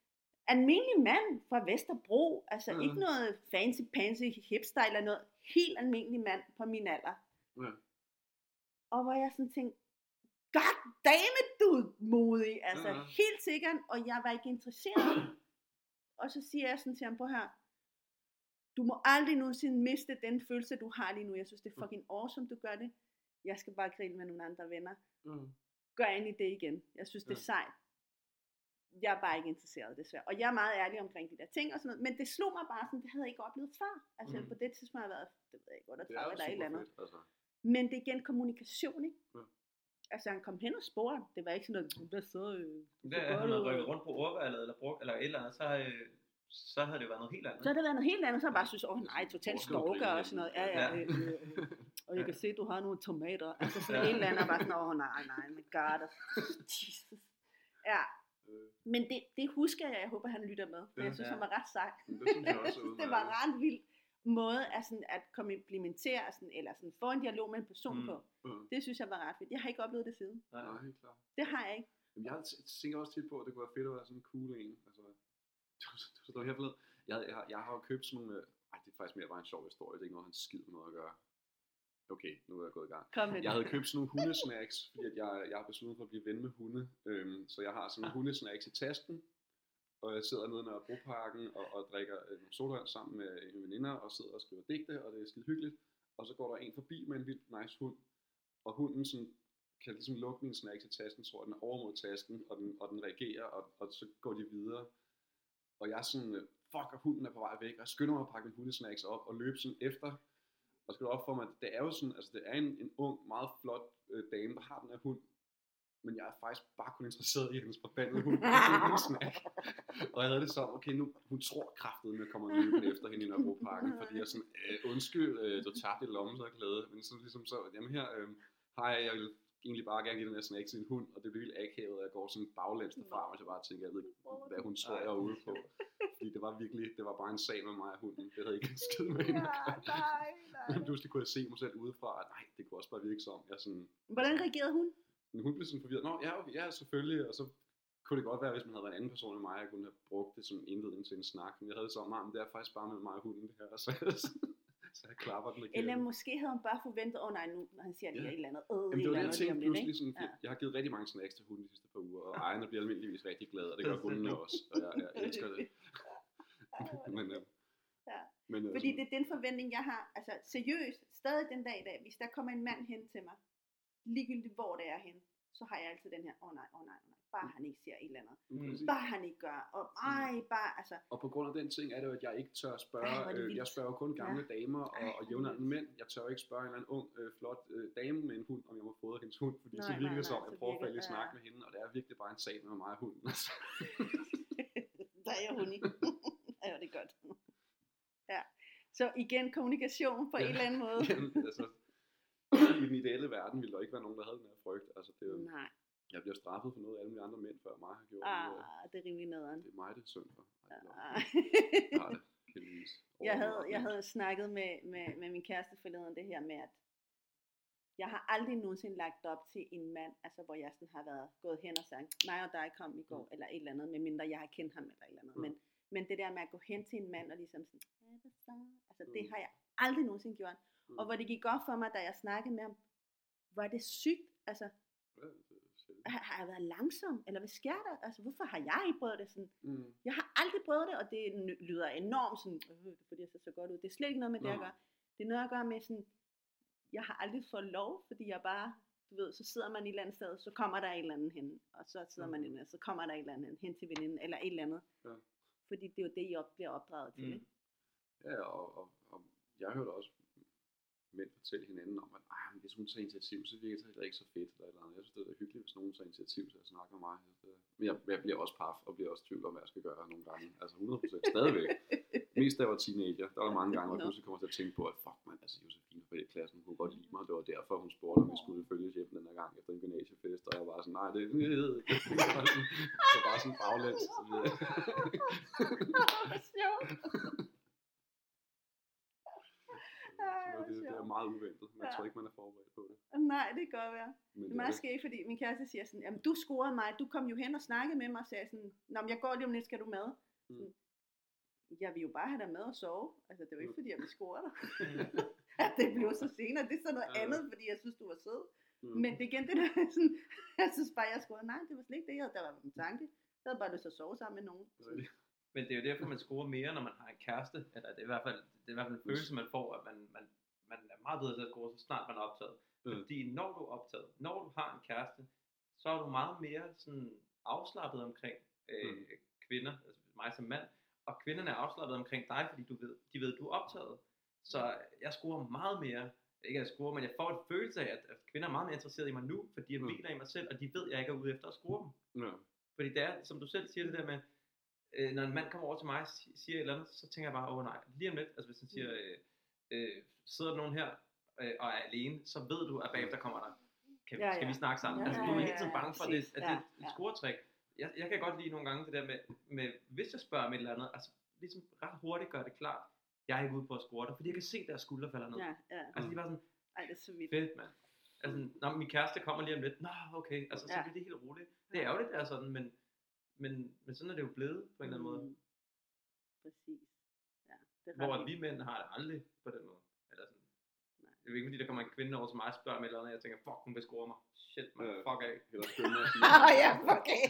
almindelig mand fra Vesterbro, altså ikke noget fancy hipster eller noget, helt almindelig mand på min alder. Ja. Og hvor jeg sådan tænkte, god dammit, du er modig, altså helt sikkert, og jeg var ikke interesseret. Og så siger jeg sådan til ham, på her, du må aldrig nogensinde miste den følelse, du har lige nu. Jeg synes, det er fucking awesome, du gør det. Jeg skal bare grille med nogle andre venner. Gør ind i det igen. Jeg synes, det er sejt. Jeg er bare ikke interesseret, desværre. Og jeg er meget ærlig omkring de der ting og sådan noget. Men det slog mig bare sådan, det havde jeg ikke oplevet før. Altså på det tidspunkt har jeg været, det ved jeg ikke, 38 eller et eller andet. Fedt, altså. Men det er igen kommunikation, ikke? Ja. Altså han kom hen og spurgte. Det var ikke sådan noget, hvad så? Han havde rykket rundt på ordvalget eller brugt, eller et eller andet, så havde det været noget helt andet. Så havde det været noget helt andet, så jeg bare synes, nej, totalt stalker og sådan noget. Og jeg kan se, at du har nogle tomater. Altså sådan et eller andet, bare sådan, nej, my god. Jesus. Ja. Men det husker jeg håber, han lytter med. For jeg synes, han var ret sej. Det var ret vildt måde at komplementere, eller sådan, få en dialog med en person på. Det synes jeg var ret fedt. Jeg har ikke oplevet det siden. Nej, helt klart. Det har jeg ikke. Men jeg tænker også tit på, at det kunne være fedt at være sådan en cool en. Altså, du står her forleden. Jeg har jo købt sådan nogle... det er faktisk mere bare en sjov historie. Det er ikke noget, han skid med noget at gøre. Okay, nu er jeg gået i gang. Jeg havde købt sådan nogle hundesnacks, fordi at jeg har besluttet for at blive ven med hunde. Så jeg har sådan nogle hundesnacks i tasken. Og jeg sidder nede i Broparken og drikker nogle sodavand sammen med en veninder og sidder og skriver digte, og det er skide hyggeligt. Og så går der en forbi med en vildt nice hund, og hunden sådan, kan ligesom lukke min snacks i tasken, tror den er over mod tasken, og den reagerer, og så går de videre. Og jeg er sådan, fuck, og hunden er på vej væk, og jeg skynder mig at pakke min hundesnacks op og løbe sådan efter. Og skal du op for mig, det er jo sådan, altså det er en ung, meget flot dame, der har den her hund. Men jeg er faktisk bare kun interesseret i hendes forbandede hund. Og jeg havde det sådan, okay, nu hun tror kraftigt, at jeg kommer løbende efter hende i Nørrebroparken, fordi jeg er sådan, undskyld, du tabte i lommen, så er glæde. Men så ligesom så, jamen her, hej, jeg vil egentlig bare gerne give den her snack til en hund, og det bliver vildt akavet, og jeg går sådan baglæns derfra, og jeg bare tænker, jeg ved ikke, hvad hun tror, jeg er ude på. Fordi det var bare en sag med mig og hunden. Det havde ikke en skid med hende. Men pludselig kunne jeg se mig selv udefra, at nej, det kunne også bare virke som. Jeg sådan, hvordan reagerede hun? Men hun blev sådan forvirret. Nå, ja, selvfølgelig. Og så kunne det godt være, hvis man havde været en anden person end mig, jeg kunne have brugt det som indledning til en snak. Men jeg havde det sådan, nej, men det er faktisk bare med mig og hunden det her. Så jeg klapper den igen. Eller måske havde hun bare forventet, nej, nu han siger lige et eller andet. Jamen, det var det, jeg tænkte pludselig. Sådan, jeg har givet rigtig mange snacks til hunden de sidste par uger, og ejerne bliver almindeligvis rigtig glade, og det gør hundene også. Og jeg elsker det. Men, fordi det er den forventning, jeg har. Altså seriøst, stadig den dag i dag, hvis der kommer en mand hen til mig, ligegyldigt hvor det er hen, så har jeg altid den her, nej, bare han ikke siger et eller andet, bare han ikke gør, og bare, altså. Og på grund af den ting er det jo, at jeg ikke tør spørge, jeg spørger kun gamle damer og jævnaldrende mænd, jeg tør ikke spørge en eller anden ung, flot dame med en hund, om jeg må fodre hendes hund, fordi så virker det som, jeg prøver at falde i snak med hende, og det er virkelig bare en sag med mig og hunden. Der er hun ikke. Ja, det er godt. Ja. Så igen kommunikation på en eller anden måde. Jamen, altså, i den ideelle verden ville der ikke være nogen, der havde den her frygt. Altså, det er jo, nej. Jeg bliver straffet for noget, alle de andre mænd før mig har gjort. Det er rimelig nederen. Det er mig, det er synd for. Jeg havde snakket med min kæreste forleden det her med, at jeg har aldrig nogensinde lagt op til en mand, altså hvor jeg sådan har været gået hen og sagt, mig og dig kom i går, eller et eller andet, medmindre jeg har kendt ham eller et eller andet. Men det der med at gå hen til en mand og ligesom sådan, altså det har jeg aldrig nogensinde gjort. Og hvor det gik op for mig, da jeg snakkede med ham, var det sygt, altså, har jeg været langsom, eller hvad sker der? Altså, hvorfor har jeg ikke prøvet det sådan? Jeg har aldrig prøvet det, og det lyder enormt sådan, fordi jeg ser så godt ud. Det er slet ikke noget med det at gøre. Det er noget at gøre med sådan, jeg har aldrig fået lov, fordi jeg bare, du ved, så sidder man i et eller andet sted, så kommer der et eller andet hen, og så sidder man i så kommer der et eller andet hen til veninden, eller et eller andet. Ja. Fordi det er jo det, jeg bliver opdraget til, ikke? Ja, og jeg hørte også mænd fortælle hinanden om, at hvis hun tager initiativ, så virker det heller ikke så fedt. Eller andet. Jeg synes, det er hyggeligt, hvis nogen tager initiativ til at snakke med mig. Men jeg bliver også paf, og bliver også tvivl om, hvad jeg skal gøre nogle gange. Altså 100% stadigvæk. Mest da jeg var teenager, der var mange gange, hvor jeg pludselig kommer til at tænke på, at fuck man, altså Josefine fra klassen, hun kunne godt lide mig. Det var derfor, hun spurgte, om vi skulle følges hjem den her gang efter en gymnasiefest. Og jeg var sådan, nej, det var bare sådan baglæns. Det er meget uventet, men jeg tror ikke, man er forberedt på det. Nej, det kan godt være. Det er meget skægt, fordi min kæreste siger sådan, jamen du scorede mig, du kom jo hen og snakkede med mig, og sagde sådan, nå, men jeg går lige om lidt, skal du med? Sådan, jeg vil jo bare have dig med og sove. Altså, det var ikke, fordi jeg ville score dig. At det blev så senere. Det er så noget andet, fordi jeg synes, du var sød. Men det igen, det der sådan, jeg synes bare, jeg scorede. Nej, det var slet ikke det, der var min tanke. Jeg havde bare lyst til at sove sammen med nogen. Men det er jo derfor, man scorer mere, når man har en kæreste. Eller det er i hvert fald en følelse, man får, at man er meget bedre til at score, så snart man er optaget. Fordi når du er optaget, når du har en kæreste, så er du meget mere sådan afslappet omkring kvinder, altså mig som mand, og kvinderne er afslappet omkring dig, fordi de ved, du er optaget. Så jeg scorer meget mere, ikke at jeg scorer, men jeg får en følelse af, at kvinder er meget mere interesserede i mig nu, fordi jeg hviler i mig selv, og de ved, at jeg ikke er ude efter at score dem. Fordi det er, som du selv siger, det der med, når en mand kommer over til mig og siger et eller andet, så tænker jeg bare, nej, lige om lidt, altså hvis han siger, sidder der nogen her og er alene, så ved du, at bagefter kommer der, skal vi snakke sammen? Altså du er hele tiden bange for, at det er et scoretræk. Jeg kan godt lide nogle gange det der med hvis jeg spørger om et eller andet, altså ligesom ret hurtigt gør det klart, jeg er ikke ude på at score dig, fordi jeg kan se, deres skuldre falder ned. Altså de var sådan, det er så vildt. Fedt, mand. Altså, når min kæreste kommer lige om lidt, okay, altså så bliver det helt roligt. Det er ærgerligt, det er sådan, men sådan er det jo blevet på en eller anden måde. Præcis. Ja, det er hvor vi mænd har det aldrig på den måde. Eller sådan. Det er ikke fordi, der kommer en kvinde over til mig og spørger mig et eller andet, og jeg tænker, fuck, hun vil score mig. Shit, man, fuck af. Eller skynde mig at sige. Ja, fuck af.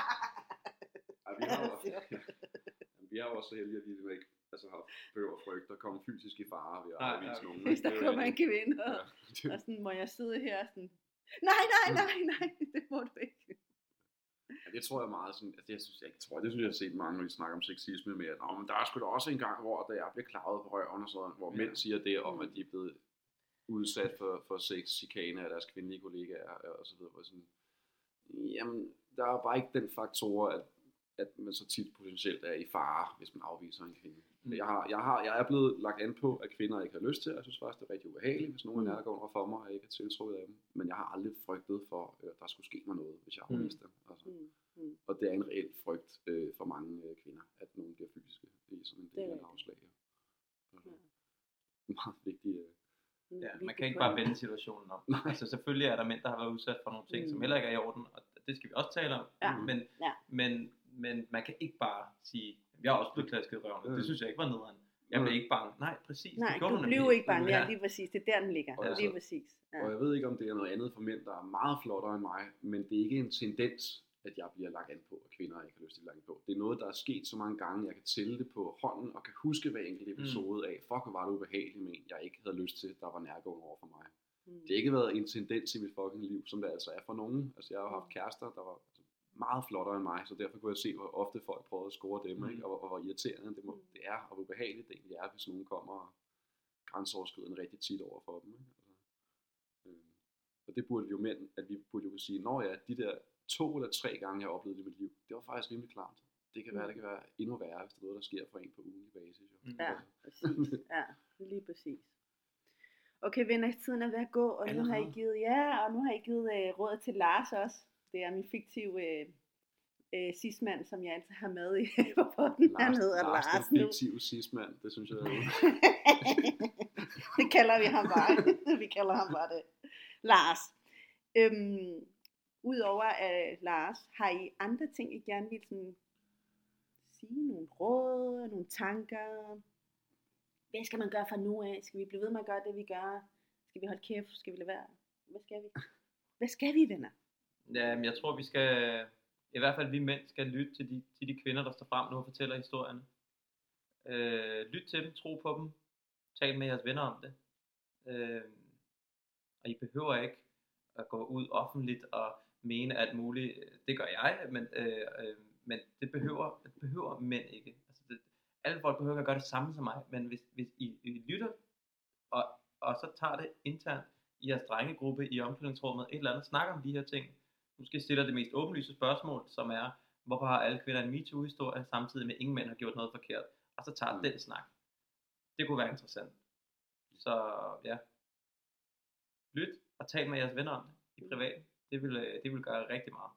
Vi har også så heldige, at vi ikke har behøver at frygte at komme fysisk i fare ved at afvise nogen. Hvis der kommer en kvinde, og sådan, må jeg sidde her sådan, nej, det må du ikke. Ja, det tror jeg meget sådan, altså det synes jeg har set mange, når de snakker om sexisme med, at men der er sgu da også en gang, hvor jeg bliver klaret på røven og sådan, hvor mænd siger det om, at de er blevet udsat for sex-chikane af deres kvindelige kollegaer og så videre. Sådan, jamen, der er bare ikke den faktor, at man så tit potentielt er i fare, hvis man afviser en kvinde. Jeg er blevet lagt an på, at kvinder ikke har lyst til, og jeg synes faktisk, det er rigtig ubehageligt, hvis nogen er nærgående for mig, og ikke er tiltrukket af dem. Men jeg har aldrig frygtet for, at der skulle ske mig noget, hvis jeg afviste dem. Altså. Og det er en reel frygt for mange kvinder, at nogen bliver fysiske i sådan en del af en afslag. Meget vigtigt. Man kan ikke bare vende situationen om. Altså selvfølgelig er der mænd, der har været udsat for nogle ting, som heller ikke er i orden, og det skal vi også tale om. Men man kan ikke bare sige, jeg er også blevet klasket i røven. Det synes jeg ikke var nederen. Jeg blev ikke bange. Nej, præcis. Nej, du blev ikke bange. Ja, lige præcis. Det er der, den ligger. Lige præcis. Og jeg ved ikke, om det er noget andet for mænd, der er meget flottere end mig, men det er ikke en tendens, at jeg bliver lagt an på, at kvinder ikke har lyst til at lagt an på. Det er noget, der er sket så mange gange, jeg kan tælle det på hånden, og kan huske hver enkelt episode af, fuck, hvor var det ubehageligt med en, jeg ikke havde lyst til, der var nærgående over for mig. Det har ikke været en tendens i mit fucking liv, som det altså er for nogen. Altså jeg har haft kærester, der var meget flottere end mig, så derfor kunne jeg se, hvor ofte folk prøvede at score dem, ikke? Og hvor irriterende det er, og hvor ubehageligt det egentlig er, hvis nogen kommer grænseoverskridende rigtig tit over for dem. Ikke? Altså, og det burde jo mænd, at vi burde jo kunne sige, når de der 2 eller 3 gange, jeg har oplevet det i mit liv, det var faktisk rimelig klart. Det kan være, det kan være endnu værre, hvis det er noget, der sker for en på ugentlig basis. Jo. Ja, præcis. Ja, lige præcis. Okay, venner, tiden er ved at gå, og nu har I givet råd til Lars også. Det er min fiktive cis-mand, som jeg altid har med i podden. Han hedder Lars nu. Lars, den fiktive cis-mand, det synes jeg det kalder vi ham bare. Vi kalder ham bare det. Lars. Udover Lars, har I andre ting, I gerne vil sådan, sige? Nogle råd, nogle tanker? Hvad skal man gøre fra nu af? Skal vi blive ved med at gøre det, vi gør? Skal vi holde kæft? Skal vi lade være? Hvad skal vi? Hvad skal vi, venner? Ja, jeg tror, vi skal, i hvert fald vi mænd, skal lytte til de kvinder, der står frem nu og fortæller historierne. Lyt til dem, tro på dem, tal med jeres venner om det. Og I behøver ikke at gå ud offentligt og mene alt muligt. Det gør jeg, men det behøver mænd ikke. Altså alle folk behøver ikke at gøre det samme som mig, men hvis I lytter, og så tager det internt i jeres drengegruppe, i omklædningsrummet, et eller andet, snakker om de her ting, måske stiller det mest åbenlyse spørgsmål, som er, hvorfor har alle kvinder en MeToo-historie, samtidig med at ingen mænd har gjort noget forkert, og så tager den snak. Det kunne være interessant. Så ja, lyt og tal med jeres venner om det i privat. Det vil gøre rigtig meget.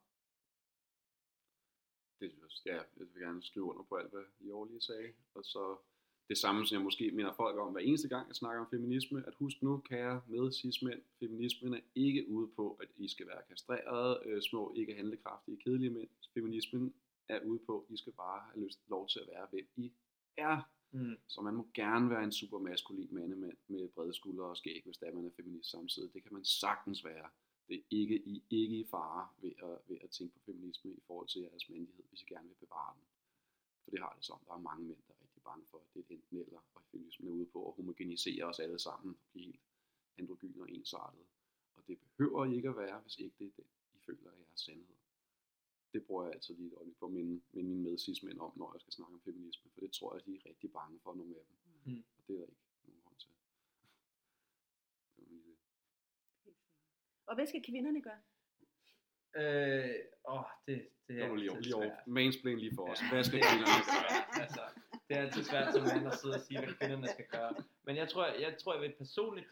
Det synes jeg, jeg vil gerne skrive under på alt, hvad I overlige sagde. Og så det samme, som jeg måske minder folk om hver eneste gang, jeg snakker om feminisme, at husk nu, kære med cis-mænd, feminismen er ikke ude på, at I skal være kastrerede, små, ikke handlekraftige, kedelige mænd. Feminismen er ude på, I skal bare have lov til at være, hvem I er. Så man må gerne være en super maskulin mandemand med brede skuldre og skæg, hvis man er feminist samtidig. Det kan man sagtens være. Det er ikke i fare ved at tænke på feminisme i forhold til jeres mandlighed, hvis I gerne vil bevare den. For det har det som. Der er mange mænd, der er rigtig bange for, at det er et enten eller, og feminismen er ude på at homogenisere os alle sammen og blive helt androgyne og ensartede. Og det behøver I ikke at være, hvis ikke det er det, I føler er jeres sandhed. Det bruger jeg altid lige et øjeblik på at minde mine medcismænd om, når jeg skal snakke om feminisme, for det tror jeg, de er rigtig bange for, nogle af dem. Og det er der ikke nogen grund til. Og hvad skal kvinderne gøre? Det er lige over. Mansplain lige for os. Hvad skal kvinderne gøre? Altså, det er altid svært som mand at sidde og sige, hvad kvinderne skal gøre. Men jeg tror, jeg vil personligt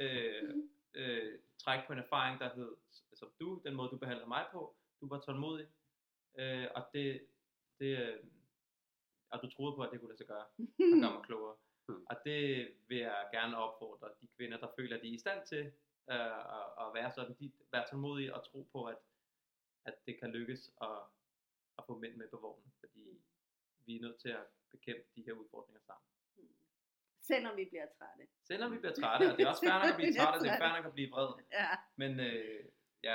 trække på en erfaring, der hed, altså den måde du behandler mig på, du var tålmodig, og du troede på, at det kunne lade sig gøre, og gøre mig klogere. Og det vil jeg gerne opfordre de kvinder, der føler, at de er i stand til at være sådan, være tålmodige og tro på, at det kan lykkes at få mænd med på vognen, fordi vi er nødt til at bekæmpe de her udfordringer sammen. Selvom vi bliver trætte. Selvom vi bliver trætte, og det er også fair nok at blive trætte, det er fair nok at blive vred. Ja. Men ja.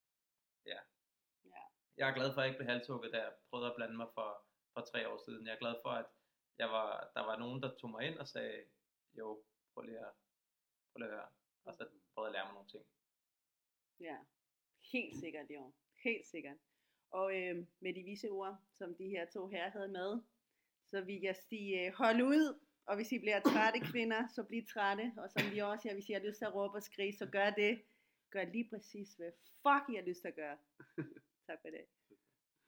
Jeg er glad for, at jeg ikke blev halshugget, da jeg prøvede at blande mig for 3 år siden. Jeg er glad for, at der var nogen, der tog mig ind og sagde, jo, prøv lige at høre. Og så prøvede jeg at lære mig nogle ting. Ja, helt sikkert, jo. Helt sikkert. Og med de vise ord, som de her 2 herrer havde med, så vil jeg sige, hold ud. Og hvis I bliver trætte kvinder, så bliv trætte. Og som vi også, hvis I har lyst til at råbe og skrige, så gør det. Gør lige præcis, hvad fuck I har lyst til at gøre. Tak for det.